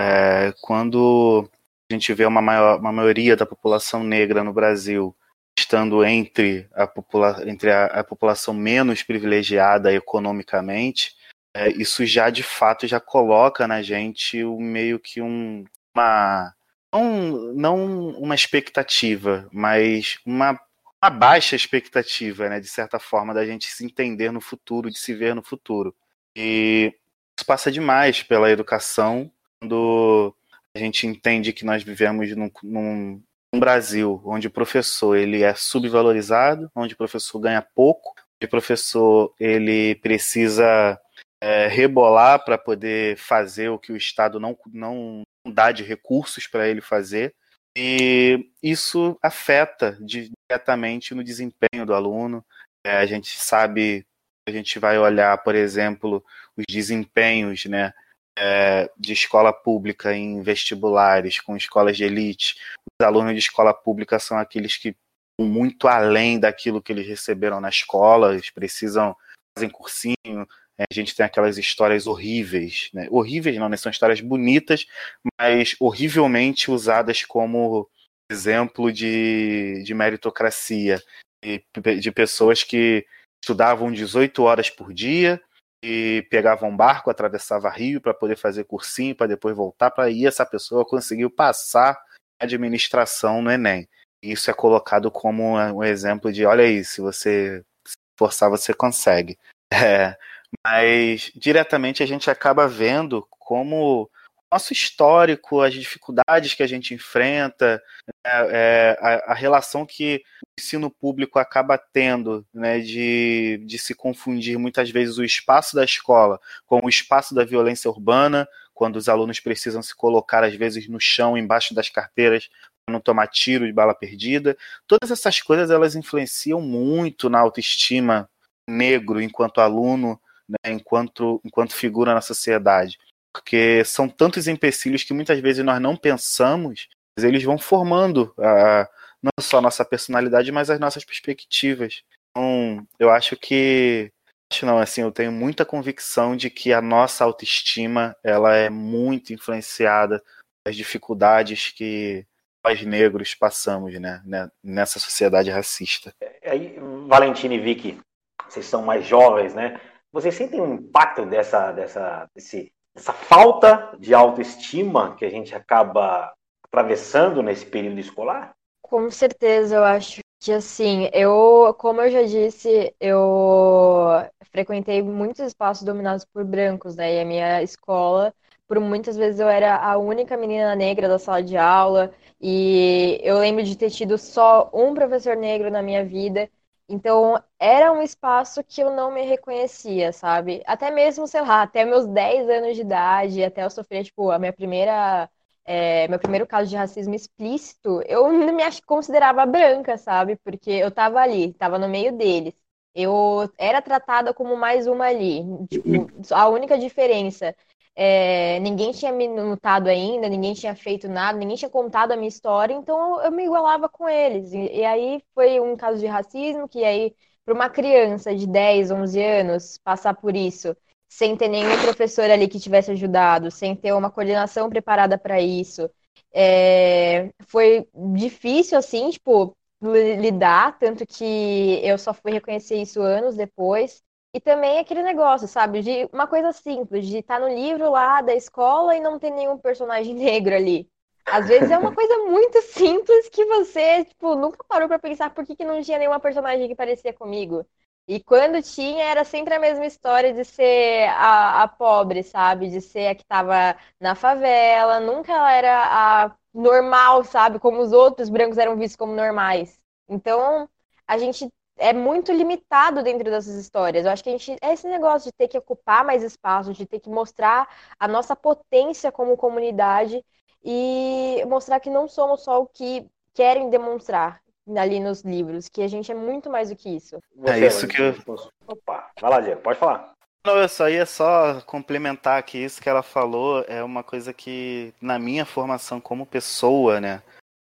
É, quando a gente vê uma, maior, uma maioria da população negra no Brasil estando entre a, popula- entre a, a população menos privilegiada economicamente, é, isso já de fato já coloca na gente o meio que um, uma não, não uma expectativa, mas uma, uma baixa expectativa, né, de certa forma, da gente se entender no futuro, de se ver no futuro. E isso passa demais pela educação, quando a gente entende que nós vivemos num, num um Brasil onde o professor ele é subvalorizado, onde o professor ganha pouco, onde o professor ele precisa é, rebolar para poder fazer o que o Estado não, não dá de recursos para ele fazer, e isso afeta diretamente no desempenho do aluno. É, a gente sabe, a gente vai olhar, por exemplo, os desempenhos, né, É, de escola pública em vestibulares com escolas de elite. Os alunos de escola pública são aqueles que vão muito além daquilo que eles receberam na escola, eles precisam fazer cursinho. A gente tem aquelas histórias horríveis, né? Horríveis não, né? São histórias bonitas, mas horrivelmente usadas como exemplo de, de meritocracia, de, de pessoas que estudavam dezoito horas por dia e pegava um barco, atravessava rio para poder fazer cursinho, para depois voltar para ir. Essa pessoa conseguiu passar a administração no Enem. E isso é colocado como um exemplo de, olha aí, se você se esforçar, você consegue. É, mas diretamente a gente acaba vendo como nosso histórico, as dificuldades que a gente enfrenta, é, é, a, a relação que o ensino público acaba tendo, né, de, de se confundir muitas vezes o espaço da escola com o espaço da violência urbana, quando os alunos precisam se colocar às vezes no chão, embaixo das carteiras, para não tomar tiro de bala perdida. Todas essas coisas elas influenciam muito na autoestima negro enquanto aluno, né, enquanto, enquanto figura na sociedade. Porque são tantos empecilhos que muitas vezes nós não pensamos, mas eles vão formando a, não só a nossa personalidade, mas as nossas perspectivas. Então, eu acho que, acho não, assim, eu tenho muita convicção de que a nossa autoestima, ela é muito influenciada pelas dificuldades que nós negros passamos, né, nessa sociedade racista. Aí, Valentina e Vicky, vocês são mais jovens, né? Vocês sentem um impacto dessa, dessa, desse essa falta de autoestima que a gente acaba atravessando nesse período escolar? Com certeza, eu acho que assim, eu, como eu já disse, eu frequentei muitos espaços dominados por brancos, né? E a minha escola, por muitas vezes eu era a única menina negra da sala de aula, e eu lembro de ter tido só um professor negro na minha vida, Então, era um espaço que eu não me reconhecia, sabe? Até mesmo, sei lá, até meus dez anos de idade, até eu sofrer, tipo, a minha primeira, é, meu primeiro caso de racismo explícito, eu não me ach- considerava branca, sabe? Porque eu tava ali, tava no meio deles. Eu era tratada como mais uma ali. Tipo, a única diferença é, ninguém tinha me notado ainda, ninguém tinha feito nada, ninguém tinha contado a minha história, então eu me igualava com eles. E, e aí foi um caso de racismo, que aí, para uma criança de dez, onze anos passar por isso, sem ter nenhum professor ali que tivesse ajudado, sem ter uma coordenação preparada para isso, é, foi difícil, assim, tipo, lidar, tanto que eu só fui reconhecer isso anos depois. E também aquele negócio, sabe, de uma coisa simples, de estar no livro lá da escola e não ter nenhum personagem negro ali. Às vezes é uma coisa muito simples que você, tipo, nunca parou pra pensar por que que não tinha nenhuma personagem que parecia comigo. E quando tinha, era sempre a mesma história de ser a, a pobre, sabe? De ser a que tava na favela, nunca ela era a normal, sabe? Como os outros brancos eram vistos como normais. Então, a gente é muito limitado dentro dessas histórias. Eu acho que a gente é esse negócio de ter que ocupar mais espaço, de ter que mostrar a nossa potência como comunidade e mostrar que não somos só o que querem demonstrar ali nos livros, que a gente é muito mais do que isso. É Você, isso que eu... Opa, vai lá, Diego, pode falar. Não, eu só ia só complementar que isso que ela falou é uma coisa que, na minha formação como pessoa, né?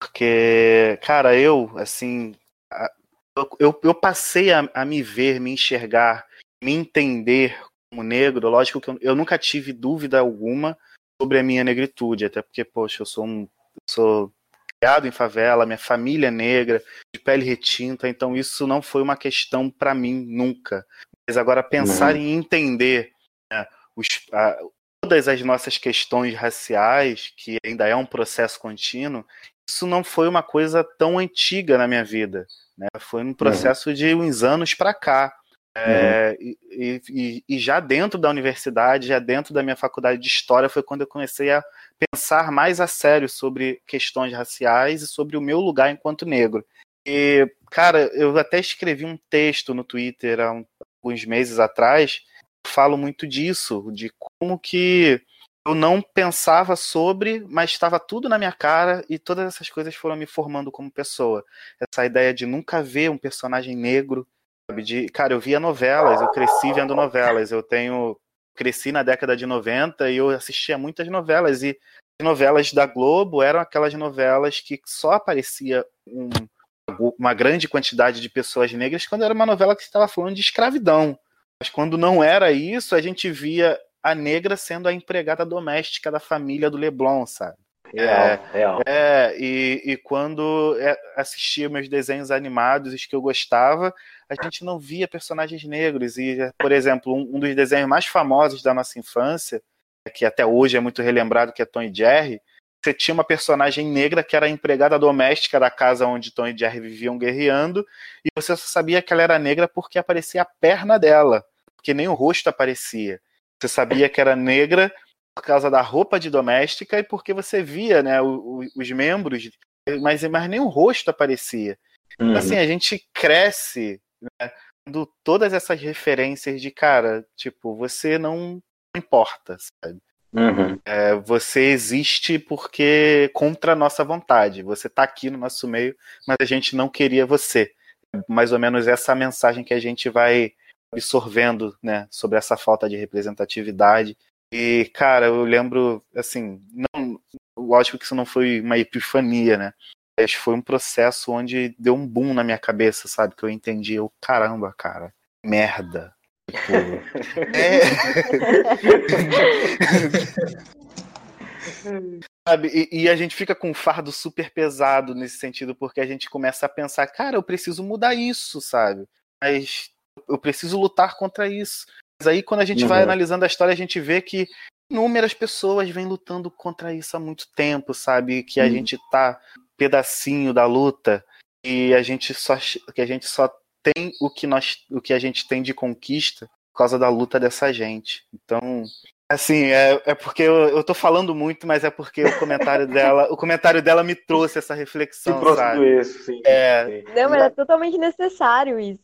Porque, cara, eu, assim, a- eu, eu, eu passei a, a me ver, me enxergar, me entender como negro. Lógico que eu, eu nunca tive dúvida alguma sobre a minha negritude, até porque, poxa, eu sou um, eu sou criado em favela, minha família é negra, de pele retinta, então isso não foi uma questão pra mim nunca. Mas agora pensar Uhum. em entender, né, os, a, todas as nossas questões raciais, que ainda é um processo contínuo, isso não foi uma coisa tão antiga na minha vida, né? Foi um processo de uns anos para cá. Uhum. É, e, e, e já dentro da universidade, já dentro da minha faculdade de História, foi quando eu comecei a pensar mais a sério sobre questões raciais e sobre o meu lugar enquanto negro. E, cara, eu até escrevi um texto no Twitter há um, alguns meses atrás, falo muito disso, de como que eu não pensava sobre, mas estava tudo na minha cara e todas essas coisas foram me formando como pessoa. Essa ideia de nunca ver um personagem negro, sabe? De, cara, eu via novelas, eu cresci vendo novelas, eu tenho cresci na década de noventa e eu assistia muitas novelas e as novelas da Globo eram aquelas novelas que só aparecia um, uma grande quantidade de pessoas negras quando era uma novela que estava falando de escravidão. Mas quando não era isso, a gente via a negra sendo a empregada doméstica da família do Leblon, sabe? Real, É, real. é e, e quando assistia meus desenhos animados, os que eu gostava, a gente não via personagens negros. E, por exemplo, um, um dos desenhos mais famosos da nossa infância, que até hoje é muito relembrado, que é Tom e Jerry, você tinha uma personagem negra que era a empregada doméstica da casa onde Tom e Jerry viviam guerreando, e você só sabia que ela era negra porque aparecia a perna dela, porque nem o rosto aparecia. Você sabia que era negra por causa da roupa de doméstica e porque você via, né, o, o, os membros, mas, mas nem o rosto aparecia. Uhum. Assim, a gente cresce, né, dando todas essas referências de, cara, tipo, você não importa, sabe? Uhum. É, você existe porque contra a nossa vontade. Você está aqui no nosso meio, mas a gente não queria você. Mais ou menos essa mensagem que a gente vai absorvendo, né, sobre essa falta de representatividade. E, cara, eu lembro, assim, não, lógico que isso não foi uma epifania, né? Mas foi um processo onde deu um boom na minha cabeça, sabe? Que eu entendi, eu, caramba, cara, merda. Tipo, é... Sabe? E, e a gente fica com um fardo super pesado nesse sentido, porque a gente começa a pensar, cara, eu preciso mudar isso, sabe? Mas eu preciso lutar contra isso. Mas aí, quando a gente vai Uhum. analisando a história, a gente vê que inúmeras pessoas vêm lutando contra isso há muito tempo, sabe? Que a Uhum. gente tá pedacinho da luta e a gente só, que a gente só tem o que, nós, o que a gente tem de conquista por causa da luta dessa gente. Então, Assim, é, é porque eu, eu tô falando muito, mas é porque o comentário dela, o comentário dela me trouxe essa reflexão, Se trouxe sabe? tudo isso, sim. É. sim. Não, mas é totalmente necessário isso.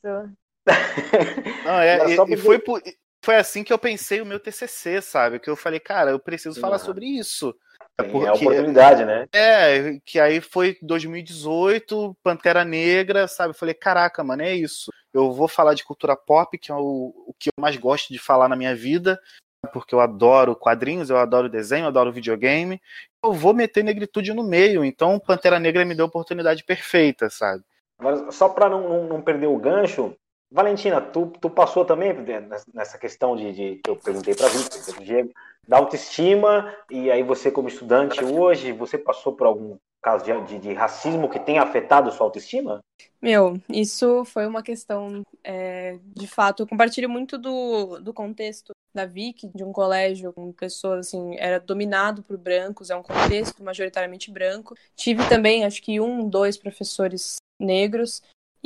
Não, é, Já e, só e porque- foi, por- foi assim que eu pensei o meu T C C, sabe? Que eu falei, cara, eu preciso falar Aham. sobre isso. Sim, porque- é a oportunidade, né? É, que aí foi dois mil e dezoito, Pantera Negra, sabe? Eu falei, caraca, mano, é isso. Eu vou falar de cultura pop, que é o, o que eu mais gosto de falar na minha vida, porque eu adoro quadrinhos, eu adoro desenho, eu adoro videogame. Eu vou meter negritude no meio, então Pantera Negra me deu a oportunidade perfeita, sabe? Agora, só para não, não, não perder o gancho, Valentina, tu, tu passou também nessa questão de, de que eu perguntei para Vitor, Diego, da autoestima, e aí você como estudante hoje, você passou por algum caso de, de, de racismo que tenha afetado sua autoestima? Meu, isso foi uma questão, é, de fato, eu compartilho muito do, do contexto da Vicky, de um colégio com pessoas, assim, era dominado por brancos, é um contexto majoritariamente branco. Tive também, acho que um, dois professores negros,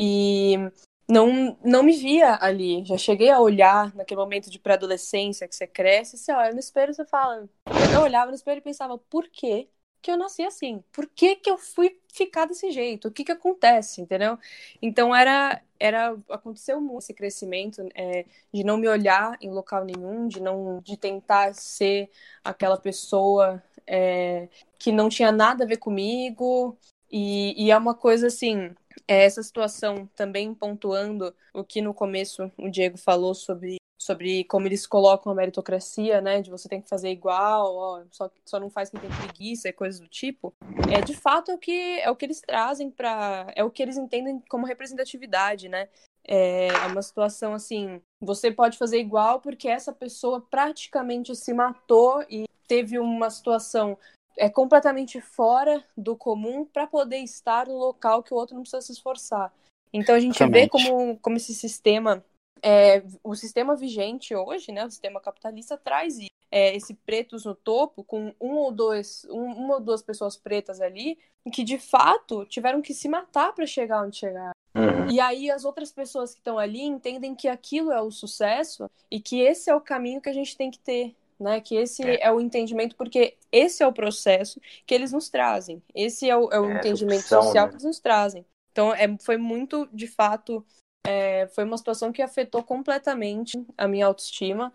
e não, não me via ali. Já cheguei a olhar naquele momento de pré-adolescência, que você cresce, você olha no espelho e você fala... Eu olhava no espelho e pensava, por quê que eu nasci assim? Por que que eu fui ficar desse jeito? O que que acontece, entendeu? Então era, era aconteceu muito esse crescimento, é, de não me olhar em local nenhum, de não de tentar ser aquela pessoa é, que não tinha nada a ver comigo, e, e é uma coisa assim, é, essa situação também pontuando o que no começo o Diego falou sobre sobre como eles colocam a meritocracia, né, de você tem que fazer igual, ó, só, só não faz quem tem preguiça e coisas do tipo, é, de fato é o que, é o que eles trazem para, é o que eles entendem como representatividade, né, é, é uma situação assim, você pode fazer igual porque essa pessoa praticamente se matou e teve uma situação é, completamente fora do comum para poder estar no local que o outro não precisa se esforçar. Então a gente Exatamente. vê como, como esse sistema... É, o sistema vigente hoje, né, o sistema capitalista traz isso. É, esse pretos no topo com um ou dois, um, uma ou duas pessoas pretas ali que de fato tiveram que se matar para chegar onde chegaram. Uhum. E aí as outras pessoas que estão ali entendem que aquilo é o sucesso e que esse é o caminho que a gente tem que ter, né? Que esse é, é o entendimento, porque esse é o processo que eles nos trazem. Esse é o, é o É, entendimento opção, social, né? que eles nos trazem. Então é, foi muito, de fato... É, foi uma situação que afetou completamente a minha autoestima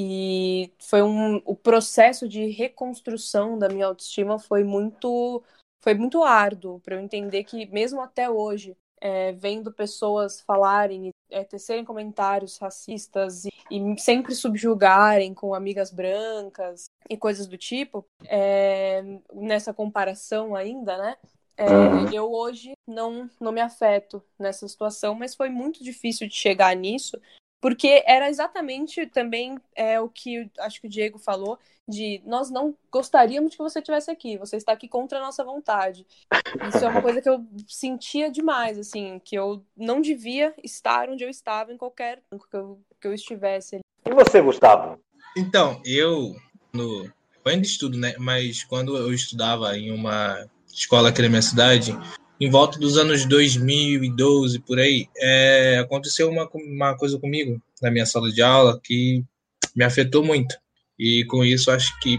e foi um, o processo de reconstrução da minha autoestima foi muito, foi muito árduo para eu entender que mesmo até hoje, é, vendo pessoas falarem, é, tecerem comentários racistas e, e sempre subjugarem com amigas brancas e coisas do tipo, é, nessa comparação ainda, né? É, Uhum. eu hoje não, não me afeto nessa situação, mas foi muito difícil de chegar nisso, porque era exatamente também é, o que acho que o Diego falou, de nós não gostaríamos que você estivesse aqui, você está aqui contra a nossa vontade. Isso é uma coisa que eu sentia demais, assim, que eu não devia estar onde eu estava em qualquer banco que eu, que eu estivesse ali. E você, Gustavo? Então, eu, no, eu ainda estudo, né? Mas quando eu estudava em uma escola aqui na minha cidade, em volta dos anos dois mil e doze, por aí, é, aconteceu uma, uma coisa comigo na minha sala de aula que me afetou muito. E com isso, acho que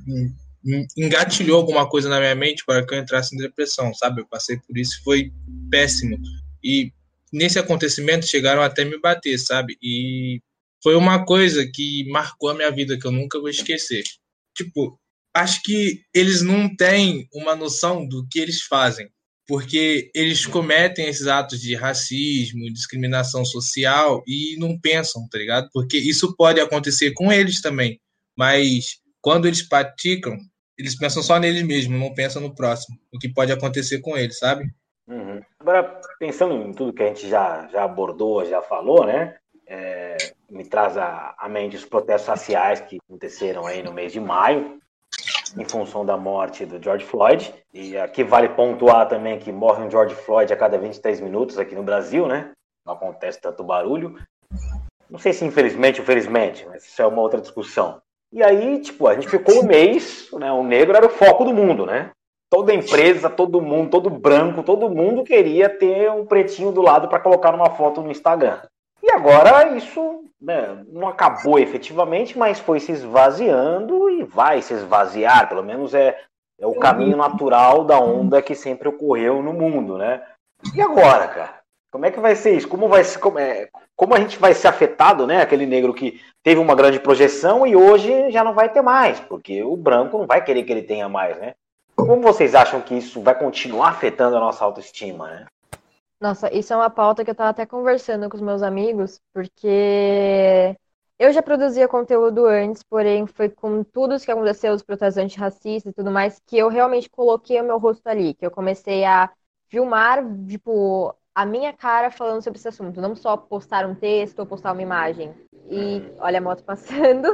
engatilhou alguma coisa na minha mente para que eu entrasse em depressão, sabe? Eu passei por isso, foi péssimo. E nesse acontecimento chegaram até me bater, sabe? E foi uma coisa que marcou a minha vida, que eu nunca vou esquecer. Tipo, acho que eles não têm uma noção do que eles fazem, porque eles cometem esses atos de racismo, discriminação social e não pensam, tá ligado? Porque isso pode acontecer com eles também, mas quando eles praticam, eles pensam só neles mesmos, não pensam no próximo, o que pode acontecer com eles, sabe? Uhum. Agora, pensando em tudo que a gente já, já abordou, já falou, né? É, me traz à, à mente os protestos raciais que aconteceram aí no mês de maio, em função da morte do George Floyd. E aqui vale pontuar também que morre um George Floyd a cada vinte e três minutos aqui no Brasil, né? Não acontece tanto barulho. Não sei se infelizmente ou felizmente, mas isso é uma outra discussão. E aí, tipo, a gente ficou um mês, né? O negro era o foco do mundo, né? Toda empresa, todo mundo, todo branco, todo mundo queria ter um pretinho do lado para colocar numa foto no Instagram. E agora isso, né, não acabou efetivamente, mas foi se esvaziando e vai se esvaziar, pelo menos é, é o caminho natural da onda que sempre ocorreu no mundo, né? E agora, cara? Como é que vai ser isso? Como vai se, como, é, como a gente vai ser afetado, né? Aquele negro que teve uma grande projeção e hoje já não vai ter mais, porque o branco não vai querer que ele tenha mais, né? Como vocês acham que isso vai continuar afetando a nossa autoestima, né? Nossa, isso é uma pauta que eu tava até conversando com os meus amigos, porque eu já produzia conteúdo antes, porém foi com tudo isso que aconteceu, os protestos antirracistas e tudo mais, que eu realmente coloquei o meu rosto ali, que eu comecei a filmar, tipo, a minha cara falando sobre esse assunto, não só postar um texto ou postar uma imagem. E olha a moto passando.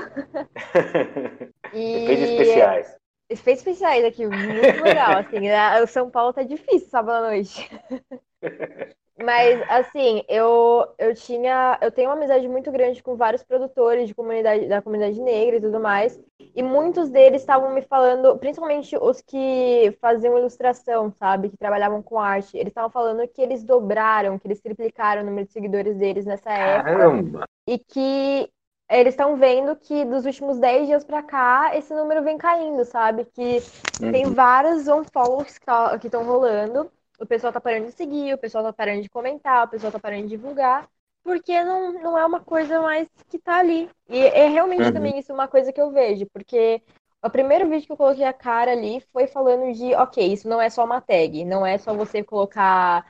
Efeitos E especiais. efeitos especiais aqui, muito legal, assim, o São Paulo tá difícil sábado à noite. Mas, assim, eu, eu tinha. Eu tenho uma amizade muito grande com vários produtores de comunidade, da comunidade negra e tudo mais. E muitos deles estavam me falando, principalmente os que faziam ilustração, sabe? Que trabalhavam com arte. Eles estavam falando que eles dobraram, que eles triplicaram o número de seguidores deles nessa época. Caramba! E que eles estão vendo que dos últimos dez dias pra cá, esse número vem caindo, sabe? Que tem Uhum. vários unfollows que estão rolando. O pessoal tá parando de seguir, o pessoal tá parando de comentar, o pessoal tá parando de divulgar, porque não, não é uma coisa mais que tá ali. E é realmente Uhum. também isso uma coisa que eu vejo, porque o primeiro vídeo que eu coloquei a cara ali foi falando de, ok, isso não é só uma tag, não é só você colocar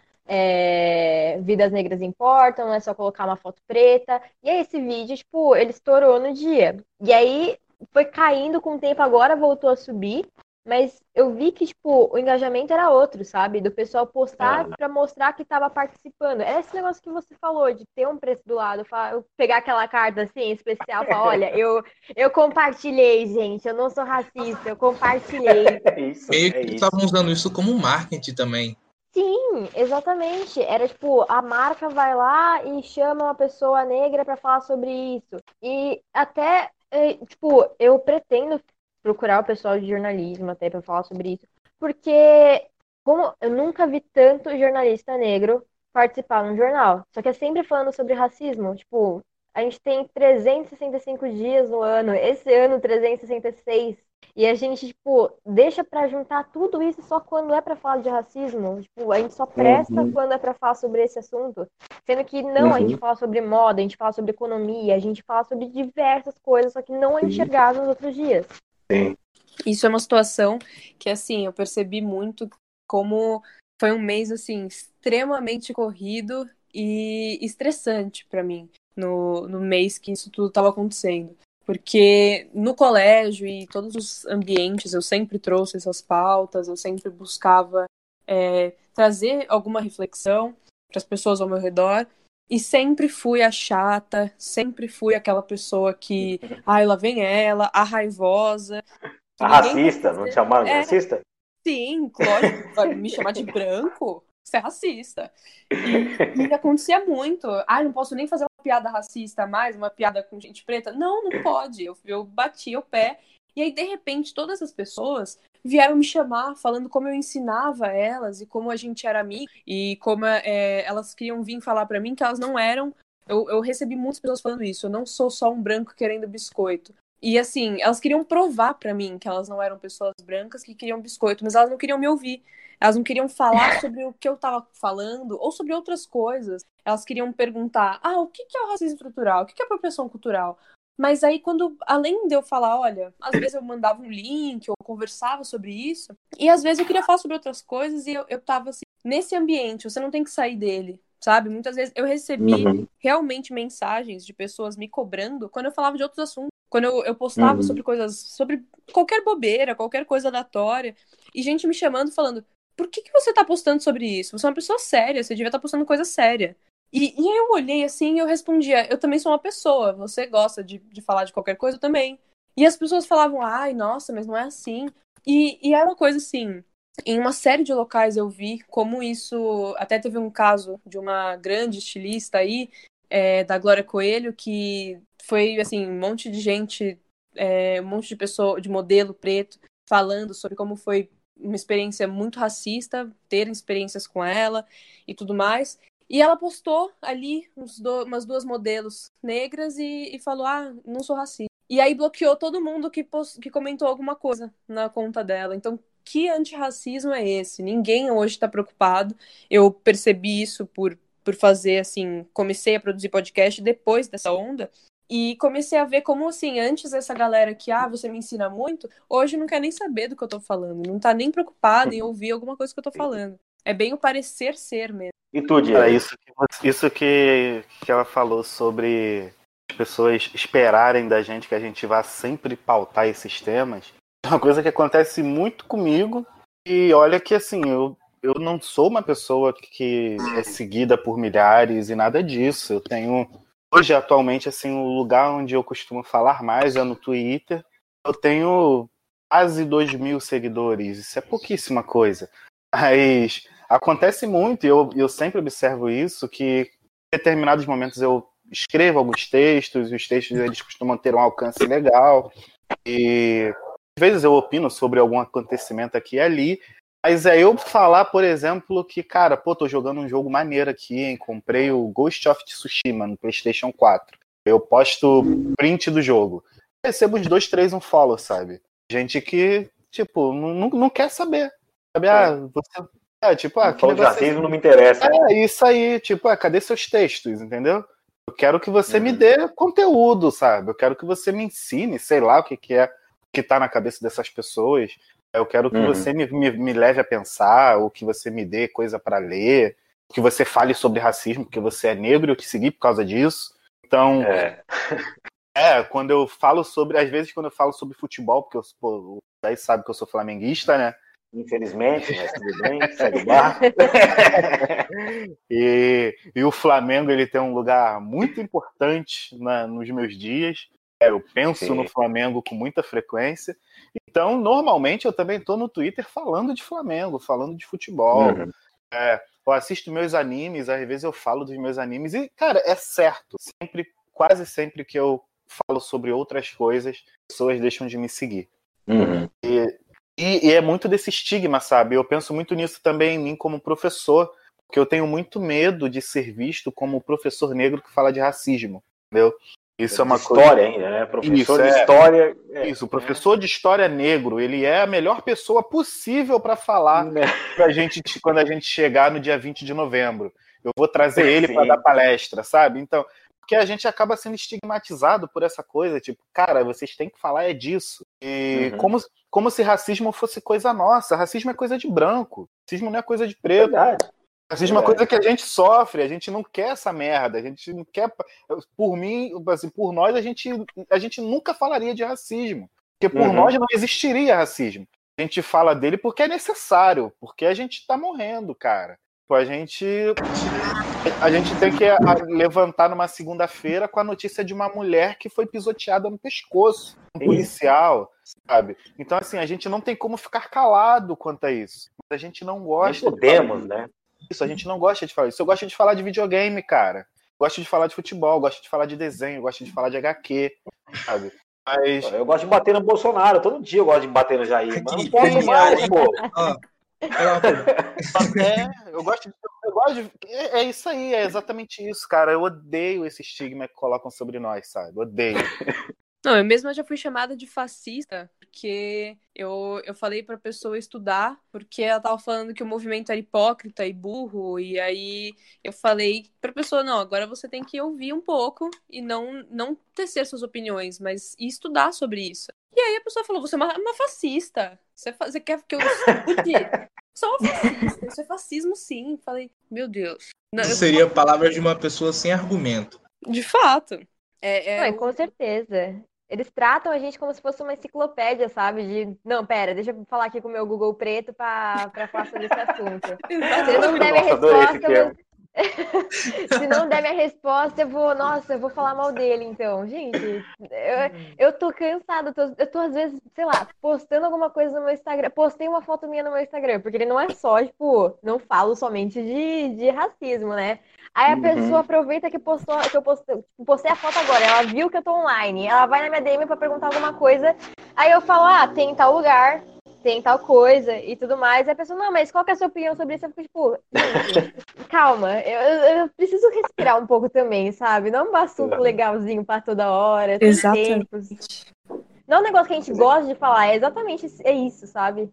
é, vidas negras importam, não é só colocar uma foto preta. E aí esse vídeo, tipo, ele estourou no dia. E aí foi caindo com o tempo, agora voltou a subir. Mas eu vi que, tipo, o engajamento era outro, sabe? Do pessoal postar Ah, pra mostrar que tava participando. É esse negócio que você falou, de ter um preço do lado. Eu pegar aquela carta, assim, especial, falar, olha, eu, eu compartilhei, gente, eu não sou racista, eu compartilhei. é isso, Meio é que isso. estavam usando isso como marketing também. Sim, exatamente. Era tipo, a marca vai lá e chama uma pessoa negra pra falar sobre isso. E até, eh, tipo, eu pretendo procurar o pessoal de jornalismo até pra falar sobre isso, porque como eu nunca vi tanto jornalista negro participar num jornal. Só que é sempre falando sobre racismo. Tipo, a gente tem trezentos e sessenta e cinco dias no ano, esse ano trezentos e sessenta e seis. E a gente, tipo, deixa pra juntar tudo isso só quando é pra falar de racismo. Tipo, a gente só presta Uhum. quando é pra falar sobre esse assunto. Sendo que não, a gente Uhum. fala sobre moda, a gente fala sobre economia, a gente fala sobre diversas coisas, só que não é Sim, enxergado nos outros dias. sim. Isso é uma situação que, assim, eu percebi muito como foi um mês, assim, extremamente corrido e estressante pra mim, no, no mês que isso tudo estava acontecendo. Porque no colégio e todos os ambientes eu sempre trouxe essas pautas, eu sempre buscava é, trazer alguma reflexão para as pessoas ao meu redor. E sempre fui a chata, sempre fui aquela pessoa que, ai, lá vem ela, a raivosa, que A ninguém vai racista, não te fazer. chamaram de É, racista? sim, lógico, vai me chamar de branco? Você é racista. E, e acontecia muito. Ah, não posso nem fazer uma piada racista mais, uma piada com gente preta. Não, não pode. Eu, eu bati o pé. E aí, de repente, todas as pessoas vieram me chamar, falando como eu ensinava elas e como a gente era amigo e como é, elas queriam vir falar pra mim que elas não eram. Eu, eu recebi muitas pessoas falando isso. Eu não sou só um branco querendo biscoito. E assim, elas queriam provar pra mim que elas não eram pessoas brancas que queriam biscoito, mas elas não queriam me ouvir. Elas não queriam falar sobre o que eu tava falando ou sobre outras coisas. Elas queriam perguntar: ah, o que é o racismo estrutural? O que é a apropriação cultural? Mas aí, quando, além de eu falar, olha, às vezes eu mandava um link ou conversava sobre isso, e às vezes eu queria falar sobre outras coisas e eu, eu tava assim, nesse ambiente, você não tem que sair dele, sabe? Muitas vezes eu recebi Uhum. realmente mensagens de pessoas me cobrando quando eu falava de outros assuntos. Quando eu, eu postava Uhum. sobre coisas, sobre qualquer bobeira, qualquer coisa aleatória, e gente me chamando falando, por que, que você tá postando sobre isso? Você é uma pessoa séria, você devia estar postando coisa séria. E, e aí eu olhei assim e eu respondia, eu também sou uma pessoa, você gosta de, de falar de qualquer coisa, eu também. E as pessoas falavam, ai, nossa, mas não é assim. E, e era uma coisa assim, em uma série de locais eu vi como isso, até teve um caso de uma grande estilista aí, é, da Glória Coelho, que foi, assim, um monte de gente, é, um monte de pessoa, de modelo preto, falando sobre como foi uma experiência muito racista, ter experiências com ela e tudo mais. E ela postou ali uns do, umas duas modelos negras e, e falou, ah, não sou racista. E aí bloqueou todo mundo que, post, que comentou alguma coisa na conta dela. Então, que antirracismo é esse? Ninguém hoje está preocupado. Eu percebi isso por, por fazer, assim, comecei a produzir podcast depois dessa onda. E comecei a ver como, assim, antes essa galera que, ah, você me ensina muito, hoje não quer nem saber do que eu tô falando. Não tá nem preocupada em ouvir alguma coisa que eu tô falando. É bem o parecer ser mesmo. E tu, Diego? É isso que, você- isso que, que ela falou sobre as pessoas esperarem da gente que a gente vá sempre pautar esses temas. É uma coisa que acontece muito comigo. E olha que, assim, eu, eu não sou uma pessoa que é seguida por milhares e nada disso. Eu tenho... Hoje, atualmente, assim, o lugar onde eu costumo falar mais é no Twitter. Eu tenho quase dois mil seguidores. Isso é pouquíssima coisa. Mas acontece muito, e eu, eu sempre observo isso, que em determinados momentos eu escrevo alguns textos, e os textos eles costumam ter um alcance legal. E às vezes eu opino sobre algum acontecimento aqui e ali. Mas é eu falar, por exemplo, que, cara, pô, tô jogando um jogo maneiro aqui, hein? Comprei o Ghost of Tsushima no PlayStation quatro. Eu posto print do jogo. Recebo uns dois, três, um follow, sabe? Gente que, tipo, não, não quer saber. Sabe? Ah, você... É, tipo, ah, Falou de racismo, não me interessa. É, isso aí, tipo, ah, cadê seus textos, entendeu? Eu quero que você Uhum. me dê conteúdo, sabe? Eu quero que você me ensine, sei lá, o que, que é, o que tá na cabeça dessas pessoas. Eu quero que Uhum. você me, me, me leve a pensar, ou que você me dê coisa para ler, que você fale sobre racismo, porque você é negro e eu te segui por causa disso. Então, É. é, quando eu falo sobre, às vezes quando eu falo sobre futebol, porque eu, pô, o Daí sabe que eu sou flamenguista, né? Infelizmente, mas tudo bem, segue o barco. e, e o Flamengo, ele tem um lugar muito importante na, nos meus dias. É, eu penso Sim. no Flamengo com muita frequência. Então, normalmente, eu também estou no Twitter falando de Flamengo, falando de futebol. Uhum. É, eu assisto meus animes, às vezes eu falo dos meus animes. E, cara, é certo. Sempre, quase sempre que eu falo sobre outras coisas, pessoas deixam de me seguir. Uhum. E, e, e é muito desse estigma, sabe? Eu penso muito nisso também em mim como professor, porque eu tenho muito medo de ser visto como o professor negro que fala de racismo, entendeu? Isso é uma História coisa... ainda, né? Professor Isso, de é. história. É. Isso, o professor de história negro, ele é a melhor pessoa possível para falar pra gente, quando a gente chegar no dia vinte de novembro. Eu vou trazer ele para dar palestra, sabe? Então, porque a gente acaba sendo estigmatizado por essa coisa, tipo, cara, vocês têm que falar é disso. E Uhum. como, como se racismo fosse coisa nossa. Racismo é coisa de branco. Racismo não é coisa de preto. Verdade. Racismo é uma coisa que a gente sofre, a gente não quer essa merda, a gente não quer. Por mim, assim, por nós, a gente, a gente nunca falaria de racismo. Porque por Uhum. nós não existiria racismo. A gente fala dele porque é necessário, porque a gente tá morrendo, cara. A gente, a gente tem que levantar numa segunda-feira com a notícia de uma mulher que foi pisoteada no pescoço, um policial, sabe? Então, assim, a gente não tem como ficar calado quanto a isso. A gente não gosta. Nem podemos, né? Isso, a gente não gosta de falar isso. Eu gosto de falar de videogame, cara. Gosto de falar de futebol, gosto de falar de desenho, gosto de falar de H Q, sabe? Mas... Eu gosto de bater no Bolsonaro, todo dia eu gosto de bater no Jair, mas não posso Genial, mais, hein? pô. Ó, É, eu gosto de, eu gosto de é, é isso aí, é exatamente isso, cara. Eu odeio esse estigma que colocam sobre nós, sabe? Odeio. Não, eu mesma já fui chamada de fascista, porque eu, eu falei pra pessoa estudar, porque ela tava falando que o movimento era hipócrita e burro, e aí eu falei pra pessoa, não, agora você tem que ouvir um pouco e não, não tecer suas opiniões, mas ir estudar sobre isso. E aí a pessoa falou, você é uma, uma fascista, você, você quer que eu estude? Sou uma fascista, isso é fascismo sim. Falei, meu Deus. Não, eu- seria palavras de uma pessoa sem argumento. De fato. É, é Não, e o- com certeza. Eles tratam a gente como se fosse uma enciclopédia, sabe? De, não, pera, deixa eu falar aqui com o meu Google preto pra, pra falar sobre esse assunto. Se ele não der minha Nossa, adorei esse resposta, termo. eu... se não der minha resposta, eu vou, nossa, eu vou falar mal dele, então. Gente, eu, eu tô cansada, eu tô, eu tô às vezes, sei lá, postando alguma coisa no meu Instagram. Postei uma foto minha no meu Instagram, porque ele não é só, tipo, não falo somente de, de racismo, né? Aí a Uhum. pessoa aproveita que, postou, que eu postei, tipo, postei a foto agora, ela viu que eu tô online, ela vai na minha D M pra perguntar alguma coisa, aí eu falo, ah, tem em tal lugar, tem tal coisa e tudo mais. E a pessoa, não, mas qual que é a sua opinião sobre isso? Eu fico, tipo, gente, calma, eu, eu preciso respirar um pouco também, sabe? Não é um assunto legalzinho pra toda hora, tem Exatamente. tempos. Não é um negócio que a gente gosta de falar, é exatamente é isso, sabe?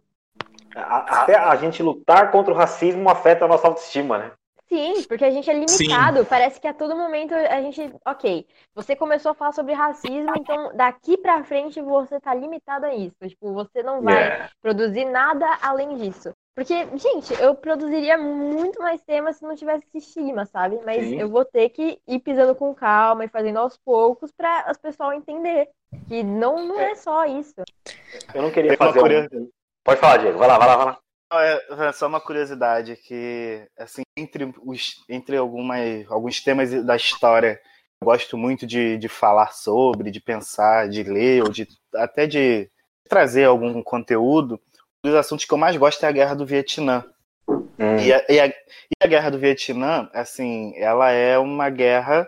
Até a gente lutar contra o racismo afeta a nossa autoestima, né? Sim, porque a gente é limitado. Sim. Parece que a todo momento a gente... Ok, você começou a falar sobre racismo, então daqui pra frente você tá limitado a isso. Tipo, você não vai yeah. produzir nada além disso. Porque, gente, eu produziria muito mais temas se não tivesse esse estigma, sabe? Mas Sim. eu vou ter que ir pisando com calma e fazendo aos poucos pra as pessoas entenderem que não, não é só isso. Eu não queria fazer um... Pode falar, Diego. Vai lá, vai lá, vai lá. É só uma curiosidade que, assim, entre, os, entre algumas, alguns temas da história, eu gosto muito de, de falar sobre, de pensar, de ler, ou de, até de trazer algum conteúdo. Um dos assuntos que eu mais gosto é a Guerra do Vietnã. Hum. E, a, e, a, e a Guerra do Vietnã, assim, ela é uma guerra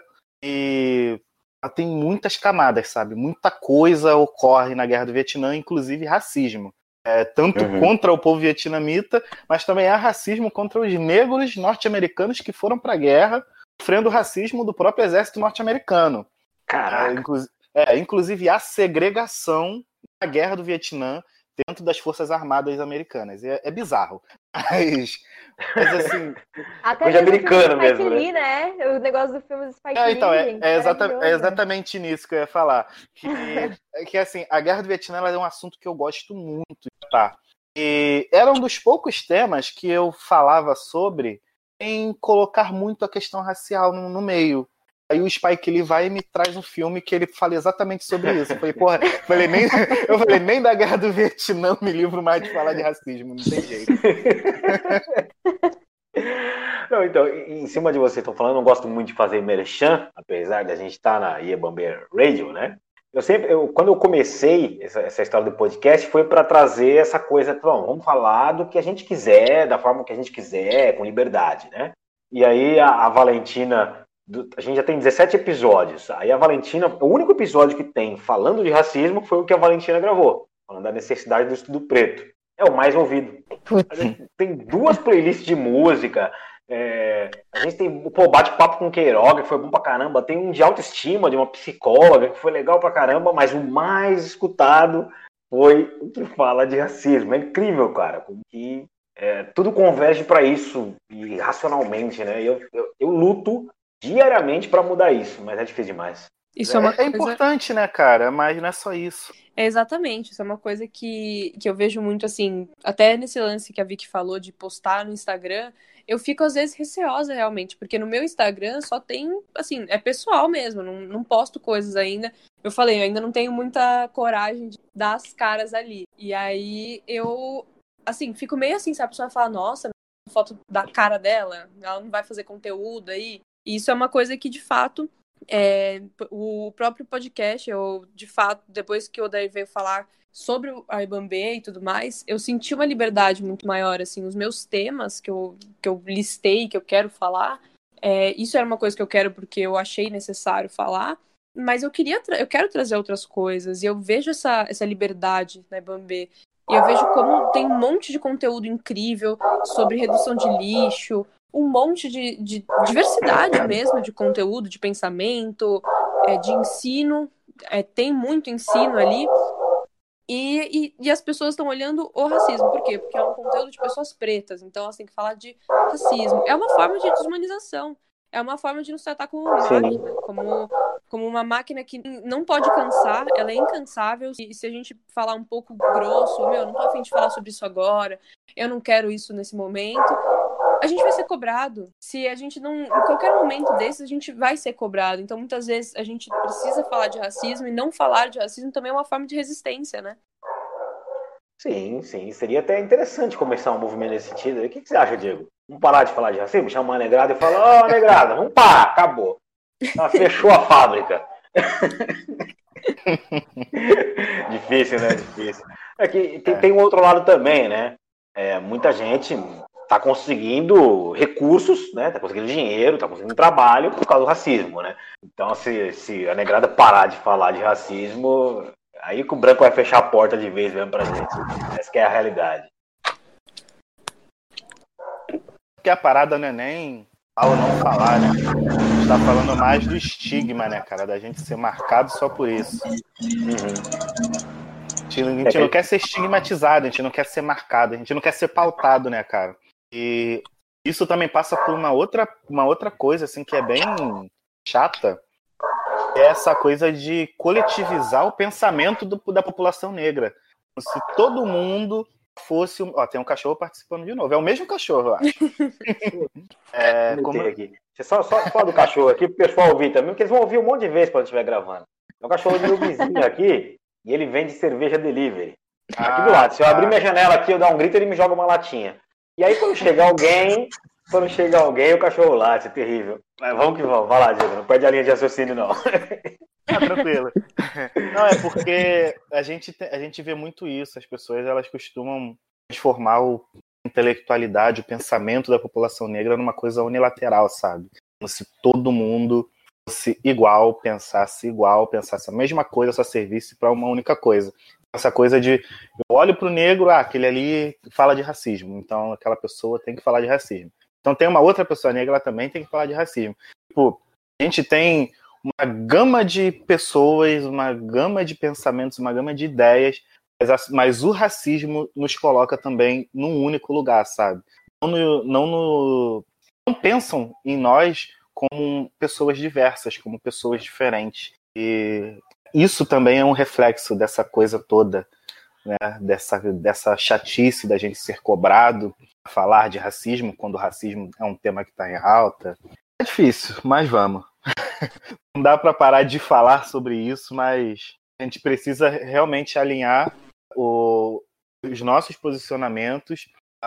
e ela tem muitas camadas, sabe? Muita coisa ocorre na Guerra do Vietnã, inclusive racismo. É, tanto uhum. contra o povo vietnamita, mas também há racismo contra os negros norte-americanos que foram para a guerra, sofrendo racismo do próprio exército norte-americano. Caraca. É, inclu- é, inclusive há segregação na guerra do Vietnã dentro das forças armadas americanas. É, é bizarro. Mas, mas assim... Até coisa americana mesmo, Lee, né? né? O negócio do filme do Spike é, então, Lee, é, gente, é, exata, é exatamente nisso que eu ia falar. Que, que assim, a Guerra do Vietnã ela é um assunto que eu gosto muito, tá? E era um dos poucos temas que eu falava sobre em colocar muito a questão racial no, no meio. Aí o Spike Lee vai e me traz um filme que ele fala exatamente sobre isso. Eu falei, porra, eu falei, nem, eu falei, nem da Guerra do Vietnã me livro mais de falar de racismo, não tem jeito. Não, então, em cima de você, tô falando, eu não gosto muito de fazer merchan, apesar de a gente estar na Iebambe Radio, né? Eu sempre, eu, quando eu comecei essa, essa história do podcast, foi para trazer essa coisa, bom, vamos falar do que a gente quiser, da forma que a gente quiser, com liberdade, né? E aí a, a Valentina... A gente já tem dezessete episódios. Aí a Valentina, o único episódio que tem falando de racismo foi o que a Valentina gravou, falando da necessidade do estudo preto. É o mais ouvido. A gente tem duas playlists de música. É, a gente tem o bate-papo com Queiroga, que foi bom pra caramba. Tem um de autoestima de uma psicóloga, que foi legal pra caramba. Mas o mais escutado foi o que fala de racismo. É incrível, cara. Como que é, tudo converge pra isso, e racionalmente, né? Eu, eu, eu luto diariamente para mudar isso, mas é difícil demais. Isso é, uma é, coisa... é importante, né, cara? Mas não é só isso. É exatamente, isso é uma coisa que, que eu vejo muito, assim, até nesse lance que a Vicky falou de postar no Instagram, eu fico às vezes receosa realmente, porque no meu Instagram só tem, assim, é pessoal mesmo, não, não posto coisas ainda. Eu falei, eu ainda não tenho muita coragem de dar as caras ali. E aí eu, assim, fico meio assim, se a pessoa fala, nossa, foto da cara dela, ela não vai fazer conteúdo aí. E isso é uma coisa que, de fato, é, o próprio podcast, eu, de fato, depois que o Odair veio falar sobre a Iebambe e tudo mais, eu senti uma liberdade muito maior, assim, os meus temas que eu, que eu listei, que eu quero falar, é, isso era uma coisa que eu quero porque eu achei necessário falar, mas eu queria, tra- eu quero trazer outras coisas, e eu vejo essa, essa liberdade na Iebambe, e eu vejo como tem um monte de conteúdo incrível sobre redução de lixo, um monte de, de diversidade mesmo, de conteúdo, de pensamento, é, de ensino, é, tem muito ensino ali, e, e, e as pessoas estão olhando o racismo. Por quê? Porque é um conteúdo de pessoas pretas, então elas têm que falar de racismo. É uma forma de desumanização, é uma forma de nos tratar como uma máquina, como, como uma máquina que não pode cansar, ela é incansável, e se a gente falar um pouco grosso, meu, não tô a fim de falar sobre isso agora, eu não quero isso nesse momento, a gente vai ser cobrado. Se a gente não... Em qualquer momento desses, a gente vai ser cobrado. Então, muitas vezes, a gente precisa falar de racismo, e não falar de racismo também é uma forma de resistência, né? Sim, sim. Seria até interessante começar um movimento nesse sentido. O que, que você acha, Diego? Vamos parar de falar de racismo? Chamar a negrada e falar, ó, oh, negrada, vamos parar, acabou. Ela fechou a fábrica. Difícil, né? Difícil. É que tem, tem um outro lado também, né? É, muita gente... tá conseguindo recursos, né? Tá conseguindo dinheiro, tá conseguindo trabalho por causa do racismo, né? Então, se, se a negrada parar de falar de racismo, Aí que o branco vai fechar a porta de vez mesmo pra gente. Essa que é a realidade. Porque a parada não é nem ao não falar, né? A gente tá falando mais do estigma, né, cara? Da gente ser marcado só por isso. Uhum. A gente, a gente não quer ser estigmatizado, a gente não quer ser marcado, a gente não quer ser pautado, né, cara? E isso também passa por uma outra, uma outra coisa, assim, que é bem chata, que é essa coisa de coletivizar o pensamento do, da população negra. Como se todo mundo fosse... Um... Ó, tem um cachorro participando de novo. É o mesmo cachorro, eu acho. é, como... aqui. Só, só, só do cachorro aqui, pro pessoal ouvir também, porque eles vão ouvir um monte de vezes quando estiver gravando. É o cachorro do meu vizinho aqui, e ele vende cerveja delivery. Aqui do lado. Se eu abrir minha janela aqui, eu dar um grito, ele me joga uma latinha. E aí, quando chega alguém, quando chega alguém, o cachorro late, é terrível. Mas vamos que vamos. Vai lá, Diego, não perde a linha de raciocínio, não. Ah, tranquilo. Não, é porque a gente, a gente vê muito isso. As pessoas, elas costumam transformar o a intelectualidade, o pensamento da população negra numa coisa unilateral, sabe? Como se todo mundo fosse igual, pensasse igual, pensasse a mesma coisa, só servisse para uma única coisa. Essa coisa de, eu olho pro negro, ah, aquele ali fala de racismo, então aquela pessoa tem que falar de racismo. Então tem uma outra pessoa negra, ela também tem que falar de racismo. Tipo, a gente tem uma gama de pessoas, uma gama de pensamentos, uma gama de ideias, mas, mas o racismo nos coloca também num único lugar, sabe? Não, no, não, no, não pensam em nós como pessoas diversas, como pessoas diferentes. E isso também é um reflexo dessa coisa toda, né? Dessa, dessa chatice da gente ser cobrado a falar de racismo, quando o racismo é um tema que está em alta. É difícil, mas vamos. Não dá para parar de falar sobre isso, mas a gente precisa realmente alinhar o, os nossos posicionamentos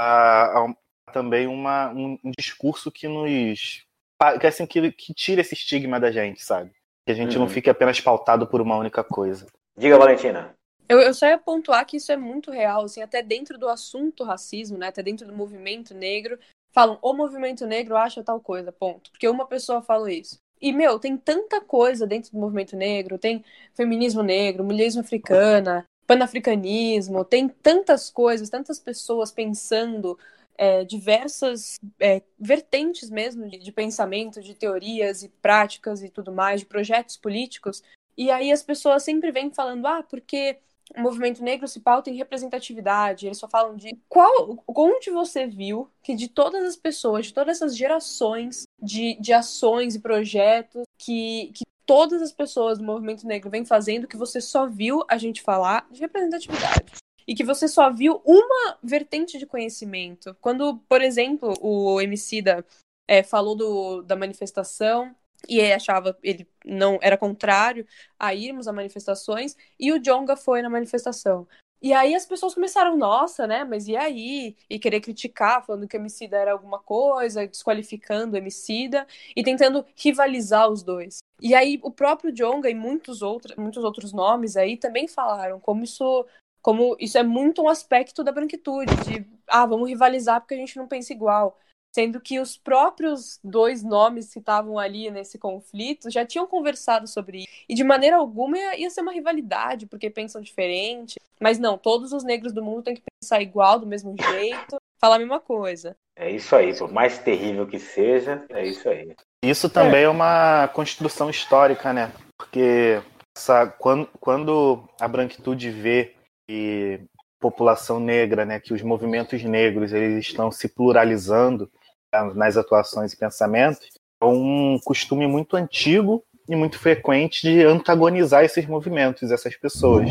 a, a também uma, um, um discurso que nos que, assim, que, que tira esse estigma da gente, sabe? Que a gente uhum. não fique apenas pautado por uma única coisa. Diga, Valentina. Eu, eu só ia pontuar que isso é muito real, assim, até dentro do assunto racismo, né? Até dentro do movimento negro, falam, o movimento negro acha tal coisa, ponto. Porque uma pessoa falou isso. E, meu, tem tanta coisa dentro do movimento negro, tem feminismo negro, mulherismo africana, panafricanismo, tem tantas coisas, tantas pessoas pensando é, diversas é, vertentes mesmo de, de pensamento, de teorias e práticas e tudo mais, de projetos políticos. E aí as pessoas sempre vêm falando, ah, porque o movimento negro se pauta em representatividade, eles só falam de qual, onde você viu que de todas as pessoas, de todas essas gerações de, de ações e projetos que, que todas as pessoas do movimento negro vêm fazendo, que você só viu a gente falar de representatividade. E que você só viu uma vertente de conhecimento. Quando, por exemplo, o Emicida é, falou do, da manifestação e ele achava, ele não era contrário a irmos a manifestações, e o Djonga foi na manifestação. E aí as pessoas começaram, nossa, né, mas e aí? E querer criticar, falando que o Emicida era alguma coisa, desqualificando o Emicida, e tentando rivalizar os dois. E aí o próprio Djonga e muitos outros, muitos outros nomes aí também falaram como isso, como isso é muito um aspecto da branquitude, de, ah, vamos rivalizar porque a gente não pensa igual. Sendo que os próprios dois nomes que estavam ali nesse conflito já tinham conversado sobre isso. E de maneira alguma ia, ia ser uma rivalidade, porque pensam diferente. Mas não, todos os negros do mundo têm que pensar igual, do mesmo jeito, falar a mesma coisa. É isso aí, por mais terrível que seja, é isso aí. Isso também é, é uma construção histórica, né? Porque essa, quando, quando a branquitude vê que a população negra, né, que os movimentos negros eles estão se pluralizando nas atuações e pensamentos, é um costume muito antigo e muito frequente de antagonizar esses movimentos, essas pessoas.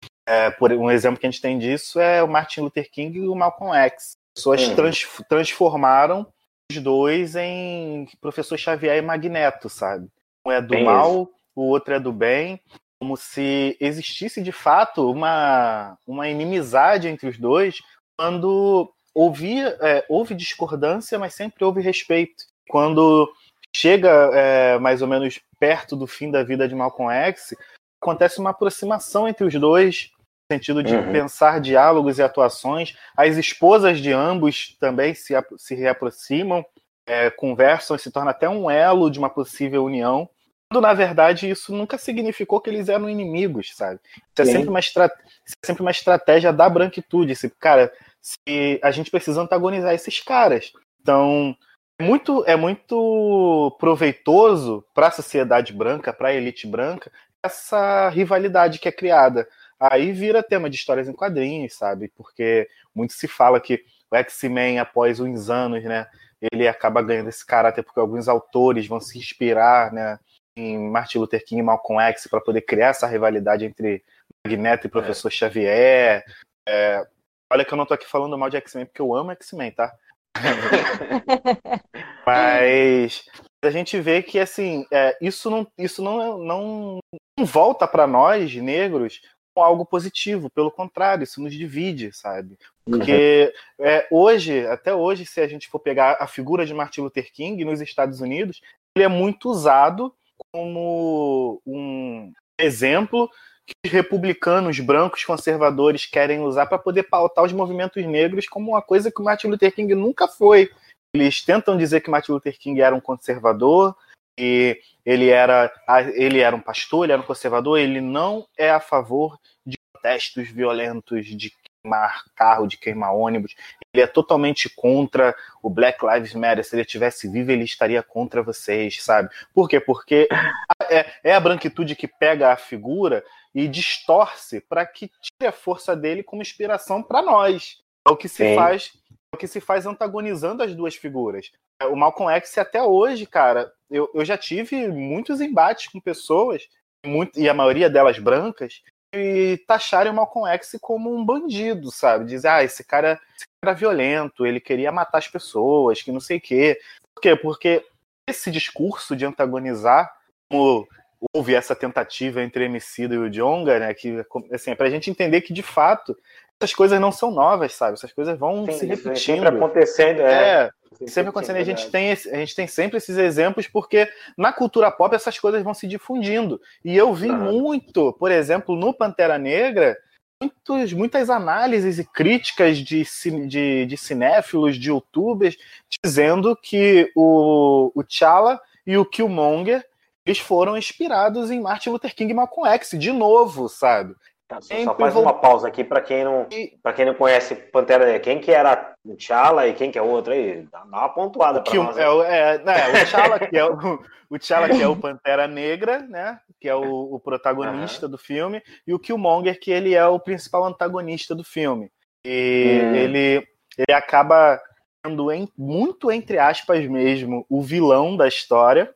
É, por um exemplo que a gente tem disso é o Martin Luther King e o Malcolm X. As pessoas uhum. trans, transformaram os dois em professor Xavier e Magneto, sabe? Um é do bem mal, isso. O outro é do bem, como se existisse de fato uma, uma inimizade entre os dois, quando Houve, é, houve discordância, mas sempre houve respeito. Quando chega é, mais ou menos perto do fim da vida de Malcolm X, acontece uma aproximação entre os dois, no sentido de uhum. pensar diálogos e atuações. As esposas de ambos também se, se reaproximam, é, conversam e se torna até um elo de uma possível união. quando, na verdade, isso nunca significou que eles eram inimigos, sabe? Isso é, sempre uma, estra... isso é sempre uma estratégia da branquitude. Esse, cara, se a gente precisa antagonizar esses caras. Então, é muito, é muito proveitoso para a sociedade branca, para a elite branca, essa rivalidade que é criada. Aí vira tema de histórias em quadrinhos, sabe? Porque muito se fala que o X-Men, após uns anos, né, ele acaba ganhando esse caráter porque alguns autores vão se inspirar, né, em Martin Luther King e Malcolm X para poder criar essa rivalidade entre Magneto e Professor é. Xavier. É, olha que eu não tô aqui falando mal de X-Men porque eu amo X-Men, tá? Mas a gente vê que assim, é, isso, não, isso não, não, não volta para nós, negros, com algo positivo. Pelo contrário, isso nos divide, sabe? Porque uhum. é, hoje, até hoje, se a gente for pegar a figura de Martin Luther King nos Estados Unidos, ele é muito usado como um exemplo que republicanos, brancos, conservadores querem usar para poder pautar os movimentos negros como uma coisa que o Martin Luther King nunca foi. Eles tentam dizer que Martin Luther King era um conservador, e ele era, ele era um pastor, ele era um conservador, ele não é a favor de protestos violentos, de queimar carro, de queimar ônibus. Ele é totalmente contra o Black Lives Matter. Se ele estivesse vivo, ele estaria contra vocês, sabe? Por quê? Porque é, é a branquitude que pega a figura e distorce para que tire a força dele como inspiração para nós. É o que se Sim. faz, é o que se faz antagonizando as duas figuras. O Malcolm X, até hoje, cara, eu, eu já tive muitos embates com pessoas, muito, e a maioria delas brancas, e taxarem o Malcolm X como um bandido, sabe? Dizer, ah, esse cara, esse cara é violento, ele queria matar as pessoas, que não sei o quê. Por quê? Porque esse discurso de antagonizar, como houve essa tentativa entre Emicida e o Djonga, né, que, assim, é pra gente entender que, de fato, essas coisas não são novas, sabe? Essas coisas vão Sim, se repetindo. Sempre acontecendo, é. é. Sempre, sempre acontecendo. A gente, tem esse, a gente tem sempre esses exemplos porque na cultura pop essas coisas vão se difundindo. E eu vi uhum. muito, por exemplo, no Pantera Negra, muitos, muitas análises e críticas de, de, de cinéfilos, de youtubers, dizendo que o, o T'Challa e o Killmonger eles foram inspirados em Martin Luther King e Malcolm X, de novo, sabe? Tá, só, só faz uma pausa aqui para quem não para quem não conhece Pantera Negra. Quem que era o T'Challa e quem que é o outro aí? Dá uma pontuada para nós. É, o, é, não, é, o T'Challa que é o, o T'Challa que é o Pantera Negra, né? Que é o, o protagonista uhum. do filme, e o Killmonger que ele é o principal antagonista do filme. E hum. ele ele acaba sendo em, muito entre aspas mesmo o vilão da história.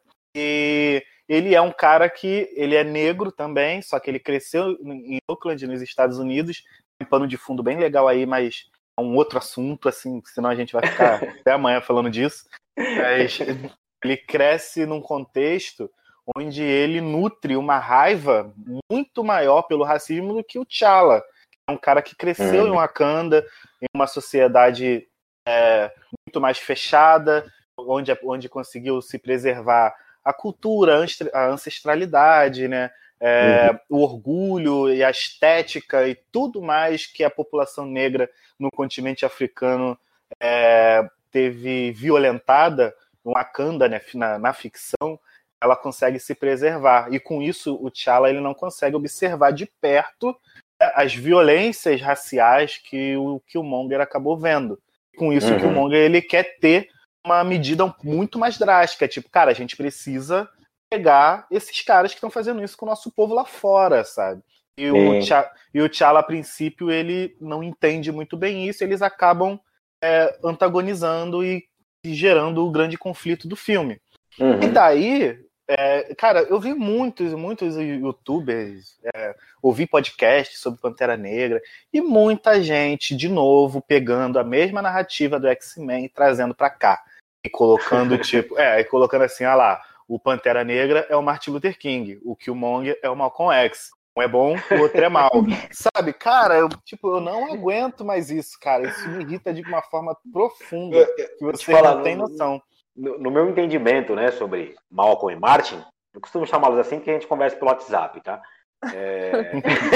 E ele é um cara que ele é negro também, só que ele cresceu em Oakland, nos Estados Unidos. Tem um pano de fundo bem legal aí, mas é um outro assunto, assim, senão a gente vai ficar até amanhã falando disso. Mas ele cresce num contexto onde ele nutre uma raiva muito maior pelo racismo do que o T'Challa. É um cara que cresceu uhum. em Wakanda, em uma sociedade é, muito mais fechada, onde, onde conseguiu se preservar a cultura, a ancestralidade, né? É, uhum. o orgulho e a estética e tudo mais que a população negra no continente africano é, teve violentada no Wakanda, né? na, na ficção, ela consegue se preservar. E com isso o T'Challa ele não consegue observar de perto, né, as violências raciais que o Killmonger acabou vendo. Com isso uhum. o Killmonger ele quer ter uma medida muito mais drástica, tipo, cara, a gente precisa pegar esses caras que estão fazendo isso com o nosso povo lá fora, sabe? E o, T'Challa, e o T'Challa, a princípio, ele não entende muito bem isso, eles acabam é, antagonizando e, e gerando o grande conflito do filme. Uhum. E daí, é, cara, eu vi muitos, muitos youtubers, é, ouvi podcasts sobre Pantera Negra, e muita gente, de novo, pegando a mesma narrativa do X-Men e trazendo pra cá. E colocando, tipo, é, e colocando assim, ah lá, o Pantera Negra é o Martin Luther King, o Killmonger é o Malcolm X. Um é bom, o outro é mal. Sabe, cara, eu, tipo, eu não aguento mais isso, cara. Isso me irrita de uma forma profunda, que você falar, não tem noção. No, no meu entendimento, né, sobre Malcolm e Martin, eu costumo chamá-los assim porque a gente conversa pelo WhatsApp, tá? É...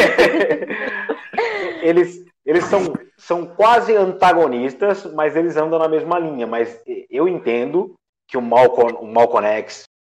eles eles são, são quase antagonistas, mas eles andam na mesma linha. Mas eu entendo que o Malcolm, o Malcolm X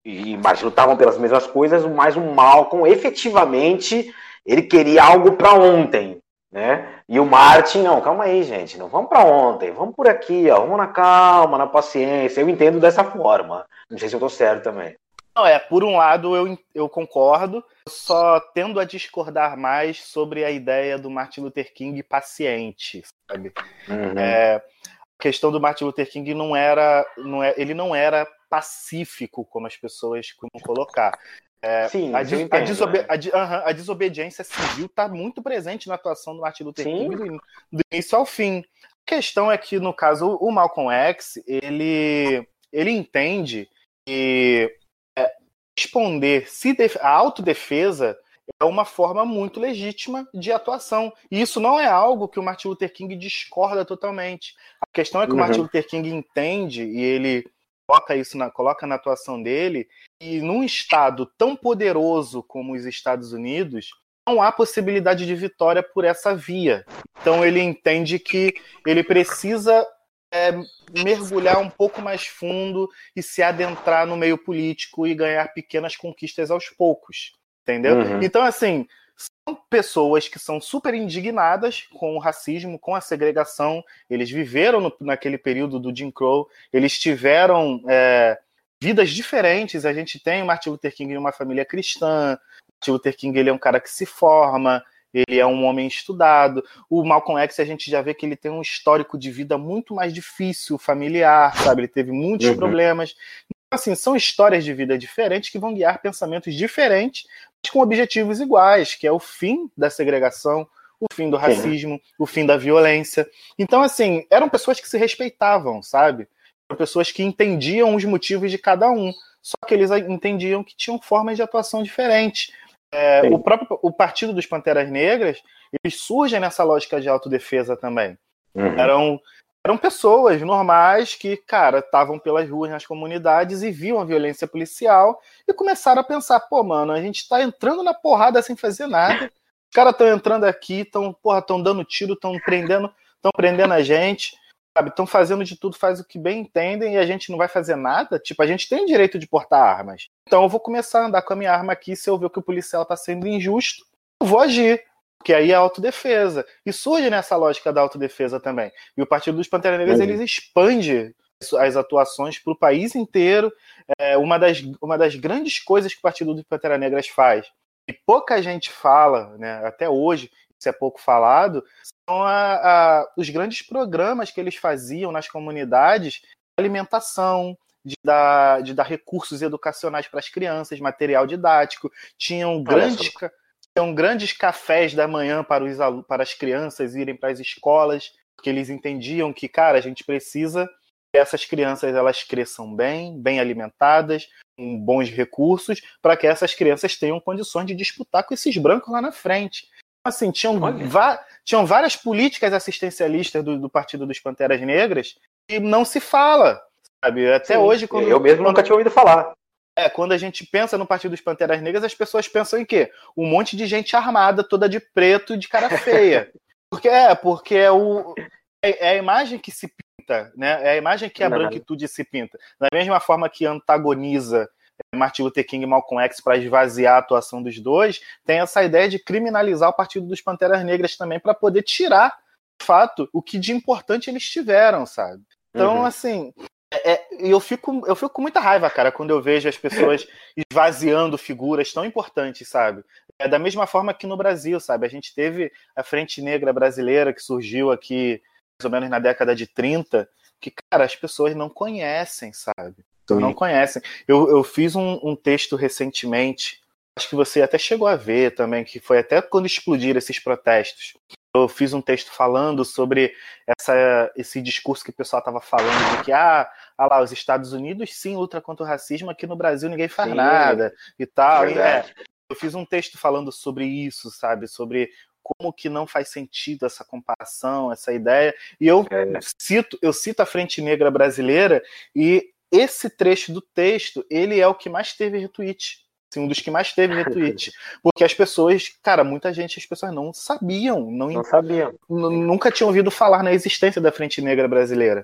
e Martin lutavam pelas mesmas coisas, mas o Malcolm, efetivamente, ele queria algo para ontem, né? E o Martin, não, calma aí, gente, não vamos para ontem, vamos por aqui, ó, vamos na calma, na paciência. Eu entendo dessa forma. Não sei se eu tô certo também. Não, é, por um lado eu, eu concordo, só tendo a discordar mais sobre a ideia do Martin Luther King paciente, sabe? Uhum. É, a questão do Martin Luther King não era, não é, ele não era pacífico, como as pessoas costumam colocar. É, Sim, a, eu des, entendo, a, desobe, né? a, de, uhum, a desobediência civil está muito presente na atuação do Martin Luther Sim. King do, do início ao fim. A questão é que, no caso, o Malcolm X, ele, ele entende que é, responder, se def, a autodefesa é uma forma muito legítima de atuação. E isso não é algo que o Martin Luther King discorda totalmente. A questão é que uhum. o Martin Luther King entende, e ele coloca isso na, coloca na atuação dele, e num estado tão poderoso como os Estados Unidos, não há possibilidade de vitória por essa via. Então ele entende que ele precisa é, mergulhar um pouco mais fundo e se adentrar no meio político e ganhar pequenas conquistas aos poucos. Entendeu? Uhum. Então, assim, são pessoas que são super indignadas com o racismo, com a segregação. Eles viveram no, naquele período do Jim Crow, eles tiveram é, vidas diferentes. A gente tem o Martin Luther King em uma família cristã, o Martin Luther King ele é um cara que se forma, ele é um homem estudado. O Malcolm X, a gente já vê que ele tem um histórico de vida muito mais difícil, familiar, sabe? Ele teve muitos uhum. problemas. Então, assim, são histórias de vida diferentes que vão guiar pensamentos diferentes, mas com objetivos iguais, que é o fim da segregação, o fim do racismo, Sim. o fim da violência. Então, assim, eram pessoas que se respeitavam, sabe? Eram pessoas que entendiam os motivos de cada um, só que eles entendiam que tinham formas de atuação diferentes. É, o próprio o Partido dos Panteras Negras, eles surgem nessa lógica de autodefesa também. Uhum. Eram, eram pessoas normais que, cara, estavam pelas ruas nas comunidades e viam a violência policial e começaram a pensar, pô, mano, a gente tá entrando na porrada sem fazer nada. Os caras estão entrando aqui, estão, porra, estão dando tiro, estão prendendo, estão prendendo a gente, sabe? Estão fazendo de tudo, faz o que bem entendem e a gente não vai fazer nada. Tipo, a gente tem o direito de portar armas. Então eu vou começar a andar com a minha arma aqui, se eu ver que o policial está sendo injusto, eu vou agir. Porque aí é autodefesa. E surge nessa lógica da autodefesa também. E o Partido dos Panteras Negras, uhum. eles expande as atuações para o país inteiro. É uma, das, uma das grandes coisas que o Partido dos Panteras Negras faz, e pouca gente fala, né, até hoje, isso é pouco falado, são a, a, os grandes programas que eles faziam nas comunidades de alimentação, de dar, de dar recursos educacionais para as crianças, material didático, tinham grandes, tinham grandes cafés da manhã para, os, para as crianças irem para as escolas, porque eles entendiam que, cara, a gente precisa que essas crianças elas cresçam bem, bem alimentadas, com bons recursos, para que essas crianças tenham condições de disputar com esses brancos lá na frente. Assim, tinham, va- tinham várias políticas assistencialistas do, do Partido dos Panteras Negras e não se fala, sabe? Até Sim, hoje... Quando, eu mesmo quando, nunca tinha ouvido falar. É, quando a gente pensa no Partido dos Panteras Negras, as pessoas pensam em quê? Um monte de gente armada, toda de preto e de cara feia. Porque é, porque é, o, é, é a imagem que se pinta, né? É a imagem que a não. branquitude se pinta. Da mesma forma que antagoniza Martin Luther King e Malcolm X para esvaziar a atuação dos dois, tem essa ideia de criminalizar o Partido dos Panteras Negras também para poder tirar, de fato, o que de importante eles tiveram, sabe? Então, uhum. assim, é, eu, fico, eu fico com muita raiva, cara, quando eu vejo as pessoas esvaziando figuras tão importantes, sabe? É da mesma forma que no Brasil, sabe? A gente teve a Frente Negra Brasileira que surgiu aqui mais ou menos na década de trinta, que, cara, as pessoas não conhecem, sabe? Não conhecem. Eu, eu fiz um, um texto recentemente, acho que você até chegou a ver também, que foi até quando explodiram esses protestos. Eu fiz um texto falando sobre essa, esse discurso que o pessoal estava falando de que, ah, ah lá, os Estados Unidos sim lutam contra o racismo, aqui no Brasil ninguém faz sim, nada e tal. E, é, eu fiz um texto falando sobre isso, sabe? Sobre como que não faz sentido essa comparação, essa ideia. E eu, é. cito, eu cito a Frente Negra Brasileira e esse trecho do texto, ele é o que mais teve retweet. Assim, um dos que mais teve retweet. Porque as pessoas, cara, muita gente, as pessoas não sabiam. Não, não sabiam. N- nunca tinham ouvido falar na existência da Frente Negra Brasileira.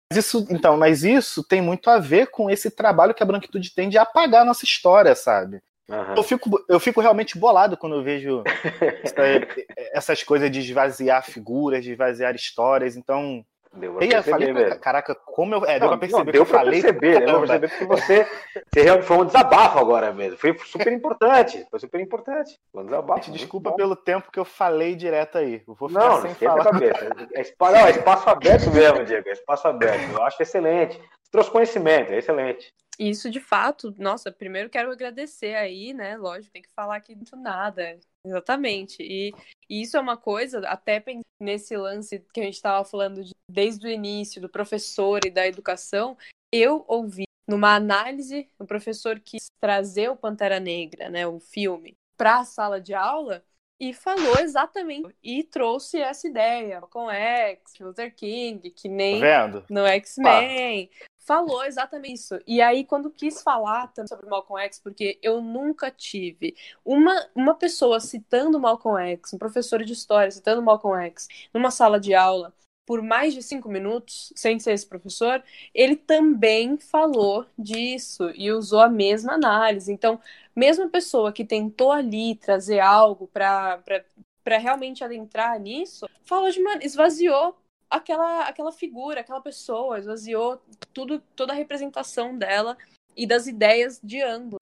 Mas isso, então, mas isso tem muito a ver com esse trabalho que a branquitude tem de apagar a nossa história, sabe? Uhum. Eu, fico, eu fico realmente bolado quando eu vejo essa, essas coisas de esvaziar figuras, de esvaziar histórias. Então, deu pra perceber, falei, velho. Caraca, como eu. É, não, deu pra perceber. Não, deu que pra eu falei, perceber, deu pra perceber porque você, você realmente foi um desabafo agora mesmo. Foi super importante. Foi super importante. Foi um desabafo. Gente, desculpa pelo tempo que eu falei direto aí. Eu vou ficar não, sem não falar. A cabeça. É, espaço, não, é espaço aberto mesmo, Diego. É espaço aberto. Eu acho excelente. Você trouxe conhecimento, é excelente. Isso, de fato, nossa, primeiro quero agradecer aí, né, lógico, tem que falar aqui do nada, exatamente, e, e isso é uma coisa, até nesse lance que a gente estava falando de, desde o início, do professor e da educação, eu ouvi numa análise, o professor quis trazer o Pantera Negra, né, o filme, para a sala de aula, e falou exatamente, e trouxe essa ideia, com X, Luther King, que nem tá vendo? no X-Men, ah. Falou exatamente isso. E aí, quando quis falar também sobre Malcolm X, porque eu nunca tive uma, uma pessoa citando Malcolm X, um professor de história citando Malcolm X, numa sala de aula, por mais de cinco minutos, sem ser esse professor, ele também falou disso e usou a mesma análise. Então, mesmo a pessoa que tentou ali trazer algo para realmente adentrar nisso, falou de uma, esvaziou aquela, aquela figura, aquela pessoa, esvaziou tudo, toda a representação dela e das ideias de ambos.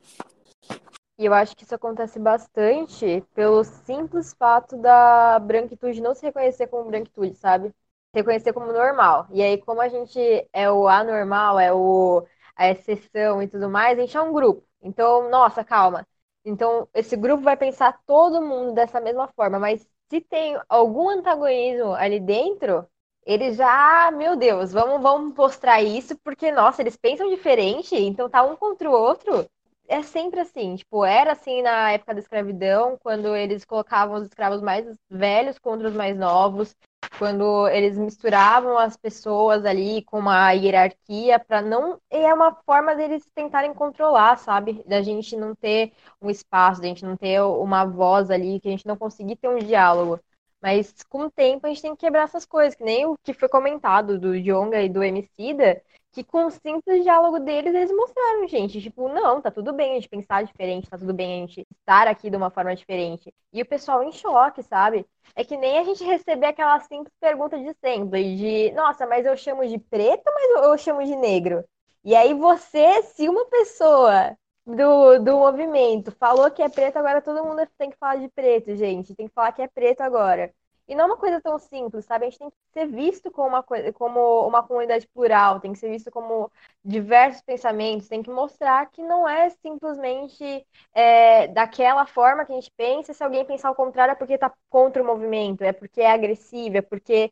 E eu acho que isso acontece bastante pelo simples fato da branquitude não se reconhecer como branquitude, sabe? Se reconhecer como normal. E aí, como a gente é o anormal, é o, a exceção e tudo mais, a gente é um grupo. Então, nossa, calma. Então, esse grupo vai pensar todo mundo dessa mesma forma, mas se tem algum antagonismo ali dentro, eles já, meu Deus, vamos, vamos mostrar isso, porque, nossa, eles pensam diferente, então tá um contra o outro. É sempre assim, tipo, era assim na época da escravidão, quando eles colocavam os escravos mais velhos contra os mais novos, quando eles misturavam as pessoas ali com uma hierarquia para não... É uma forma deles tentarem controlar, sabe? Da gente não ter um espaço, da gente não ter uma voz ali, que a gente não conseguir ter um diálogo. Mas com o tempo a gente tem que quebrar essas coisas, que nem o que foi comentado do Djonga e do Emicida, que com o simples diálogo deles, eles mostraram, gente, tipo, não, tá tudo bem a gente pensar diferente, tá tudo bem a gente estar aqui de uma forma diferente. E o pessoal em choque, sabe? É que nem a gente receber aquela simples pergunta de sempre, de, nossa, mas eu chamo de preto, mas eu chamo de negro. E aí você, se uma pessoa do, do movimento falou que é preto, agora todo mundo tem que falar de preto, gente, tem que falar que é preto agora. E não é uma coisa tão simples, sabe? A gente tem que ser visto como uma, coisa, como uma comunidade plural, tem que ser visto como diversos pensamentos, tem que mostrar que não é simplesmente é, daquela forma que a gente pensa, se alguém pensar o contrário é porque está contra o movimento, é porque é agressivo, é porque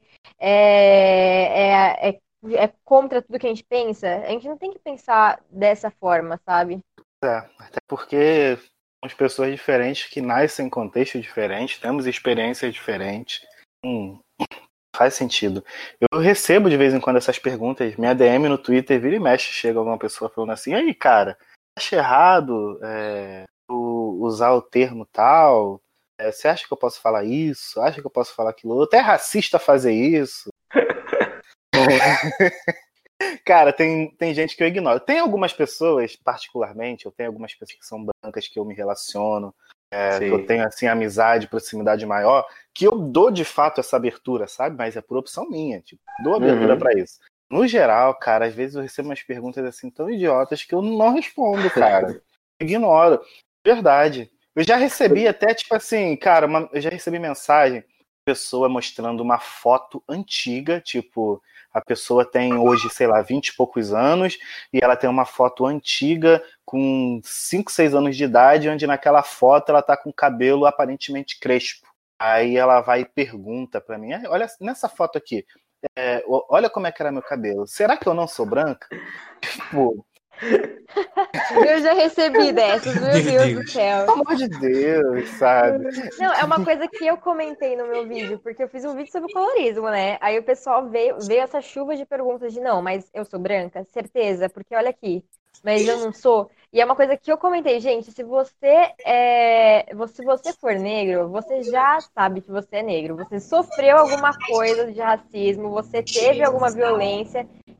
é, é, é, é contra tudo que a gente pensa. A gente não tem que pensar dessa forma, sabe? É, até porque somos pessoas diferentes que nascem em contextos diferentes, temos experiências diferentes. Hum, faz sentido. Eu recebo de vez em quando essas perguntas, minha D M no Twitter vira e mexe, chega alguma pessoa falando assim, e aí, cara, acha errado é, usar o termo tal? É, você acha que eu posso falar isso? Acha que eu posso falar aquilo outro? É racista fazer isso? Cara, tem, tem gente que eu ignoro. Tem algumas pessoas, particularmente, eu tenho algumas pessoas que são brancas que eu me relaciono, é, que eu tenho, assim, amizade, proximidade maior, que eu dou, de fato, essa abertura, sabe? Mas é por opção minha, tipo, dou abertura uhum. pra isso. No geral, cara, às vezes eu recebo umas perguntas, assim, tão idiotas que eu não respondo, cara. Ignoro. Verdade. Eu já recebi até, tipo assim, cara, uma, eu já recebi mensagem, pessoa mostrando uma foto antiga, tipo... A pessoa tem hoje, sei lá, vinte e poucos anos e ela tem uma foto antiga com cinco, seis anos de idade, onde naquela foto ela tá com o cabelo aparentemente crespo. Aí ela vai e pergunta pra mim, olha, nessa foto aqui, é, olha como é que era meu cabelo. Será que eu não sou branca? Tipo... Eu já recebi dessas, meu Deus, Deus do céu. Pelo amor de Deus, sabe? Não, é uma coisa que eu comentei no meu vídeo, porque eu fiz um vídeo sobre colorismo, né? Aí o pessoal veio, veio essa chuva de perguntas de não, mas eu sou branca? Certeza, porque olha aqui, mas eu não sou. E é uma coisa que eu comentei, gente, se você é, se você for negro, você já sabe que você é negro. Você sofreu alguma coisa de racismo, você teve alguma violência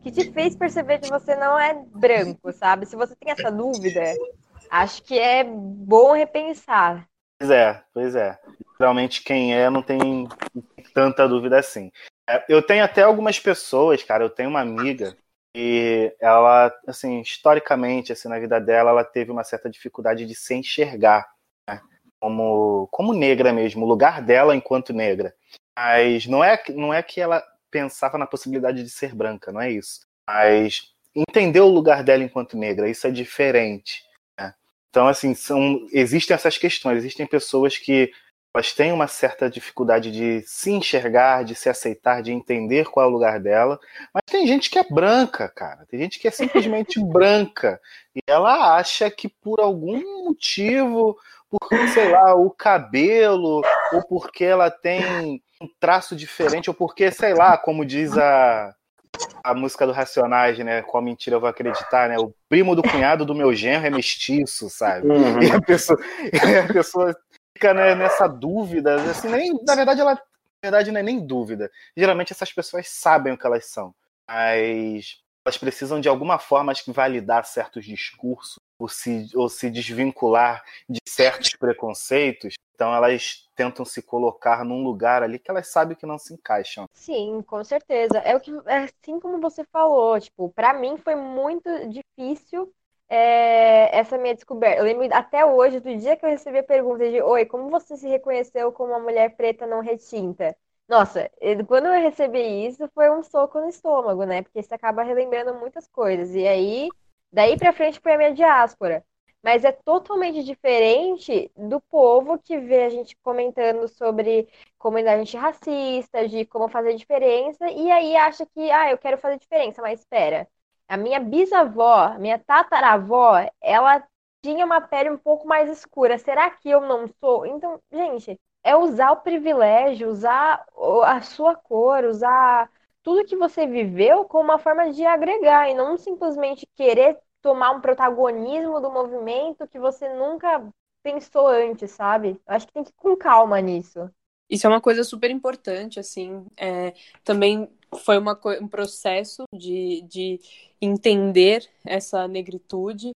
que te fez perceber que você não é branco, sabe? Se você tem essa dúvida, acho que é bom repensar. Pois é, pois é. Realmente quem é não tem tanta dúvida assim. É, eu tenho até algumas pessoas, cara, eu tenho uma amiga e ela, assim, historicamente, assim, na vida dela, ela teve uma certa dificuldade de se enxergar, né? Como, como negra mesmo, o lugar dela enquanto negra. Mas não é, não é que ela pensava na possibilidade de ser branca, não é isso. Mas entender o lugar dela enquanto negra, isso é diferente, né? Então, assim, são, existem essas questões, existem pessoas que elas têm uma certa dificuldade de se enxergar, de se aceitar, de entender qual é o lugar dela, mas tem gente que é branca, cara, tem gente que é simplesmente branca, e ela acha que por algum motivo, por, sei lá, o cabelo, ou porque ela tem um traço diferente, ou porque, sei lá, como diz a, a música do Racionais, né, com a mentira eu vou acreditar, né, o primo do cunhado do meu genro é mestiço, sabe? Uhum. E a pessoa... E a pessoa fica, né, nessa dúvida, assim, nem, na verdade ela, na verdade não é nem dúvida. Geralmente essas pessoas sabem o que elas são, mas elas precisam de alguma forma, acho que, validar certos discursos ou se, ou se desvincular de certos preconceitos. Então elas tentam se colocar num lugar ali que elas sabem que não se encaixam. Sim, com certeza. É o que, é assim como você falou, tipo, para mim foi muito difícil é, essa minha descoberta. Eu lembro até hoje do dia que eu recebi a pergunta de, oi, como você se reconheceu como uma mulher preta não retinta? Nossa, eu- quando eu recebi isso foi um soco no estômago, né? Porque você acaba relembrando muitas coisas. E aí, daí pra frente foi a minha diáspora. Mas é totalmente diferente do povo que vê a gente comentando sobre comunidade antirracista, de como fazer diferença, e aí acha que, ah, eu quero fazer diferença, mas espera. A minha bisavó, minha tataravó, ela tinha uma pele um pouco mais escura. Será que eu não sou? Então, gente, é usar o privilégio, usar o- a sua cor, usar tudo que você viveu como uma forma de agregar e não simplesmente querer tomar um protagonismo do movimento que você nunca pensou antes, sabe? Eu acho que tem que ir com calma nisso. Isso é uma coisa super importante, assim. É, também foi uma, co- um processo de, de entender essa negritude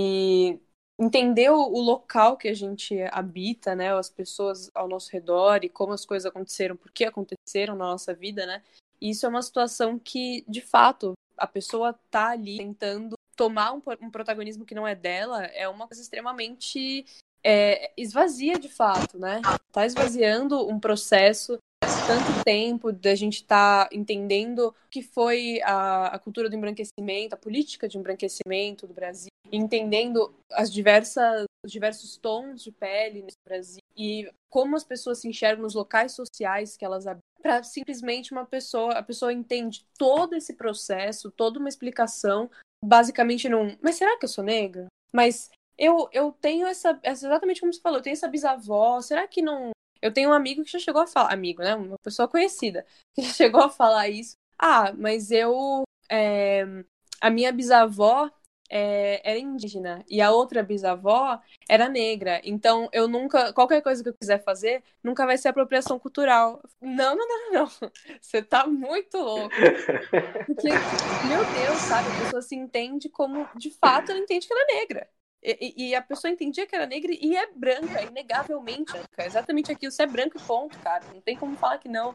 e entender o, o local que a gente habita, né? As pessoas ao nosso redor e como as coisas aconteceram, por que aconteceram na nossa vida, né? E isso é uma situação que, de fato, a pessoa tá ali tentando tomar um, po- um protagonismo que não é dela, é uma coisa extremamente é, esvazia, de fato, né? Tá esvaziando um processo tanto tempo da gente estar tá entendendo o que foi a, a cultura do embranquecimento, a política de embranquecimento do Brasil, entendendo as diversas, os diversos tons de pele no Brasil e como as pessoas se enxergam nos locais sociais que elas habitam, para simplesmente uma pessoa, a pessoa entende todo esse processo, toda uma explicação, basicamente num, mas será que eu sou negra? Mas eu, eu tenho essa, essa, exatamente como você falou, eu tenho essa bisavó, será que não... Eu tenho um amigo que já chegou a falar, amigo, né, uma pessoa conhecida, que já chegou a falar isso, ah, mas eu, é, a minha bisavó é, era indígena, e a outra bisavó era negra, então eu nunca, qualquer coisa que eu quiser fazer, nunca vai ser apropriação cultural. Não, não, não, não, não. Você tá muito louco. Porque, meu Deus, sabe, a pessoa se entende como, de fato, ela entende que ela é negra. E, e a pessoa entendia que era negra e é branca, inegavelmente branca. É exatamente aquilo, você é branco e ponto, cara. Não tem como falar que não.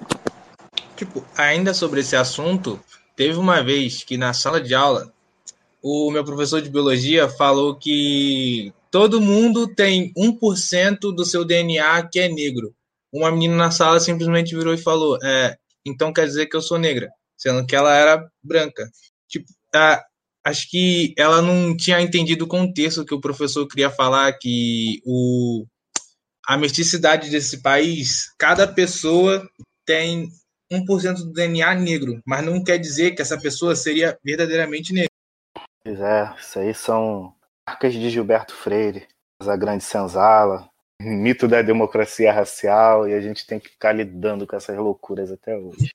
Tipo, ainda sobre esse assunto, teve uma vez que na sala de aula, o meu professor de biologia falou que todo mundo tem um por cento do seu D N A que é negro. Uma menina na sala simplesmente virou e falou, é, então quer dizer que eu sou negra, sendo que ela era branca. Tipo, a, acho que ela não tinha entendido o contexto que o professor queria falar, que o, a mesticidade desse país, cada pessoa tem um por cento do D N A negro, mas não quer dizer que essa pessoa seria verdadeiramente negra. Pois é, isso aí são marcas de Gilberto Freire, a grande senzala, mito da democracia racial, e a gente tem que ficar lidando com essas loucuras até hoje.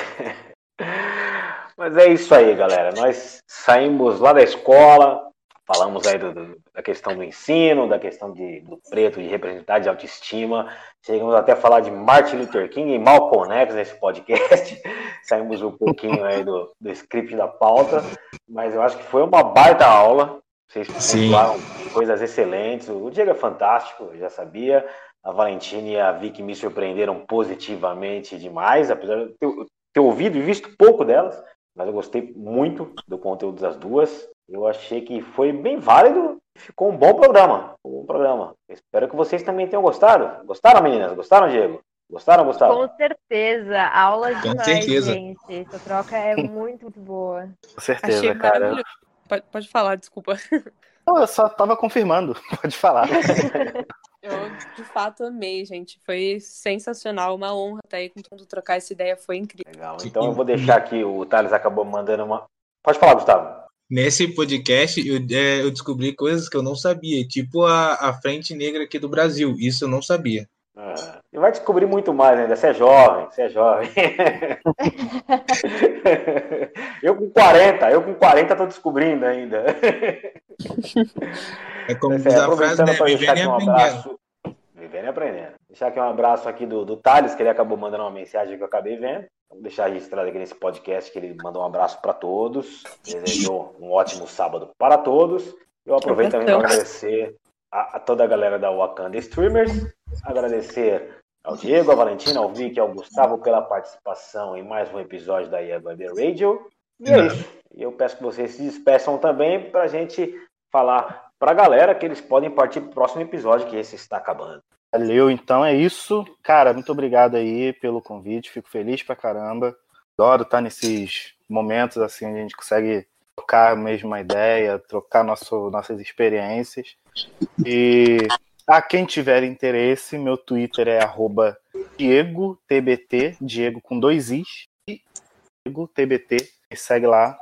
Mas é isso aí, galera. Nós saímos lá da escola, falamos aí do, do, da questão do ensino, da questão de, do preto, de representar, de autoestima. Chegamos até a falar de Martin Luther King e Malcolm X nesse podcast. Saímos um pouquinho aí do, do script da pauta, mas eu acho que foi uma baita aula. Vocês pontuaram coisas excelentes. O Diego é fantástico, eu já sabia. A Valentina e a Vicky me surpreenderam positivamente demais, apesar de ter, ter ouvido e visto pouco delas, mas eu gostei muito do conteúdo das duas. Eu achei que foi bem válido, ficou um bom programa. Um bom programa. Espero que vocês também tenham gostado. Gostaram, meninas? Gostaram, Diego? Gostaram, Gustavo? Com certeza, aula Com demais, certeza. gente. Essa troca é muito, muito boa. Com certeza, Achei cara. maravilhoso. Pode, pode falar, desculpa. Não, eu só tava confirmando, pode falar. Eu, de fato, amei, gente. Foi sensacional, uma honra estar aí com todo mundo, trocar essa ideia, foi incrível. Legal. Então eu vou deixar aqui, o Thales acabou mandando uma... Pode falar, Gustavo. Nesse podcast, eu, é, eu descobri coisas que eu não sabia, tipo a, a Frente Negra aqui do Brasil. Isso eu não sabia. Ah, e vai descobrir muito mais ainda. Você é jovem, você é jovem. eu com quarenta, eu com quarenta tô descobrindo ainda. É como É, diz a frase, aproveitando né? para deixar Vivendo e aqui um aprendendo. abraço. Vivendo e aprendendo. Deixar aqui um abraço aqui do, do Thales, que ele acabou mandando uma mensagem que eu acabei vendo. Vou deixar registrado aqui nesse podcast que ele mandou um abraço para todos. Desejou um ótimo sábado para todos. Eu aproveito também para agradecer a, a toda a galera da Wakanda Streamers. Agradecer ao Diego, à Valentina, ao Vicky, ao Gustavo pela participação em mais um episódio da I A B Radio. E é isso. E eu peço que vocês se despeçam também para a gente falar para a galera que eles podem partir para o próximo episódio, que esse está acabando. Valeu, então é isso. Cara, muito obrigado aí pelo convite, fico feliz pra caramba. Adoro estar nesses momentos assim, onde a gente consegue trocar mesmo uma ideia, trocar nosso, nossas experiências. E a quem tiver interesse, meu Twitter é arroba Diego T B T, Diego com dois Is, e Diego T B T, me segue lá.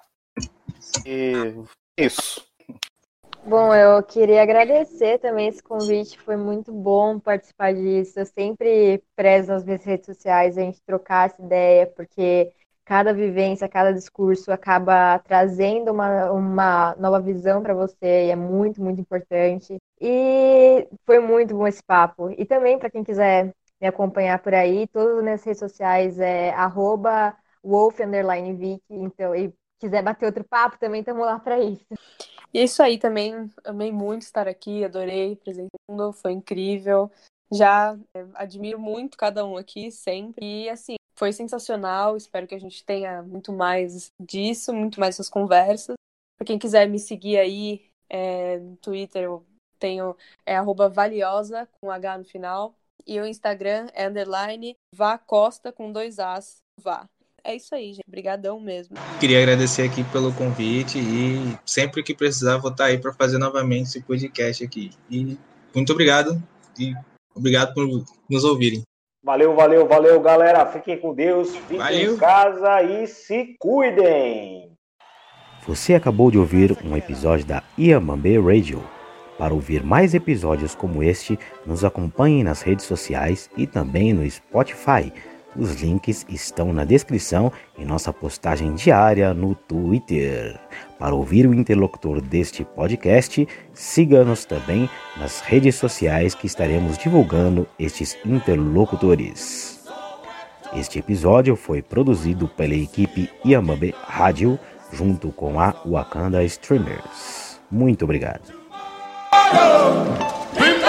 E isso. Bom, eu queria agradecer também esse convite, foi muito bom participar disso. Eu sempre prezo nas minhas redes sociais a gente trocar essa ideia, porque cada vivência, cada discurso acaba trazendo uma, uma nova visão para você e é muito, muito importante. E foi muito bom esse papo. E também, para quem quiser me acompanhar por aí, todas as minhas redes sociais é arroba wolf underline Vicky, então, e quiser bater outro papo, também estamos lá para isso. E é isso aí também, amei muito estar aqui, adorei, apresentando, foi incrível. Já é, admiro muito cada um aqui, sempre. E assim, foi sensacional, espero que a gente tenha muito mais disso, muito mais essas conversas. Para quem quiser me seguir aí é, no Twitter, eu tenho é arroba valiosa, com H no final. E o Instagram é underline Vá Costa, com dois As, Vá. É isso aí, gente. Obrigadão mesmo. Queria agradecer aqui pelo convite e sempre que precisar vou estar aí para fazer novamente esse podcast aqui. E muito obrigado e obrigado por nos ouvirem. Valeu, valeu, valeu, galera. Fiquem com Deus, fiquem Valeu. em casa e se cuidem. Você acabou de ouvir um episódio da Iamambe Radio. Para ouvir mais episódios como este, nos acompanhe nas redes sociais e também no Spotify. Os links estão na descrição e nossa postagem diária no Twitter. Para ouvir o interlocutor deste podcast, siga-nos também nas redes sociais que estaremos divulgando estes interlocutores. Este episódio foi produzido pela equipe Iamambe Radio junto com a Wakanda Streamers. Muito obrigado.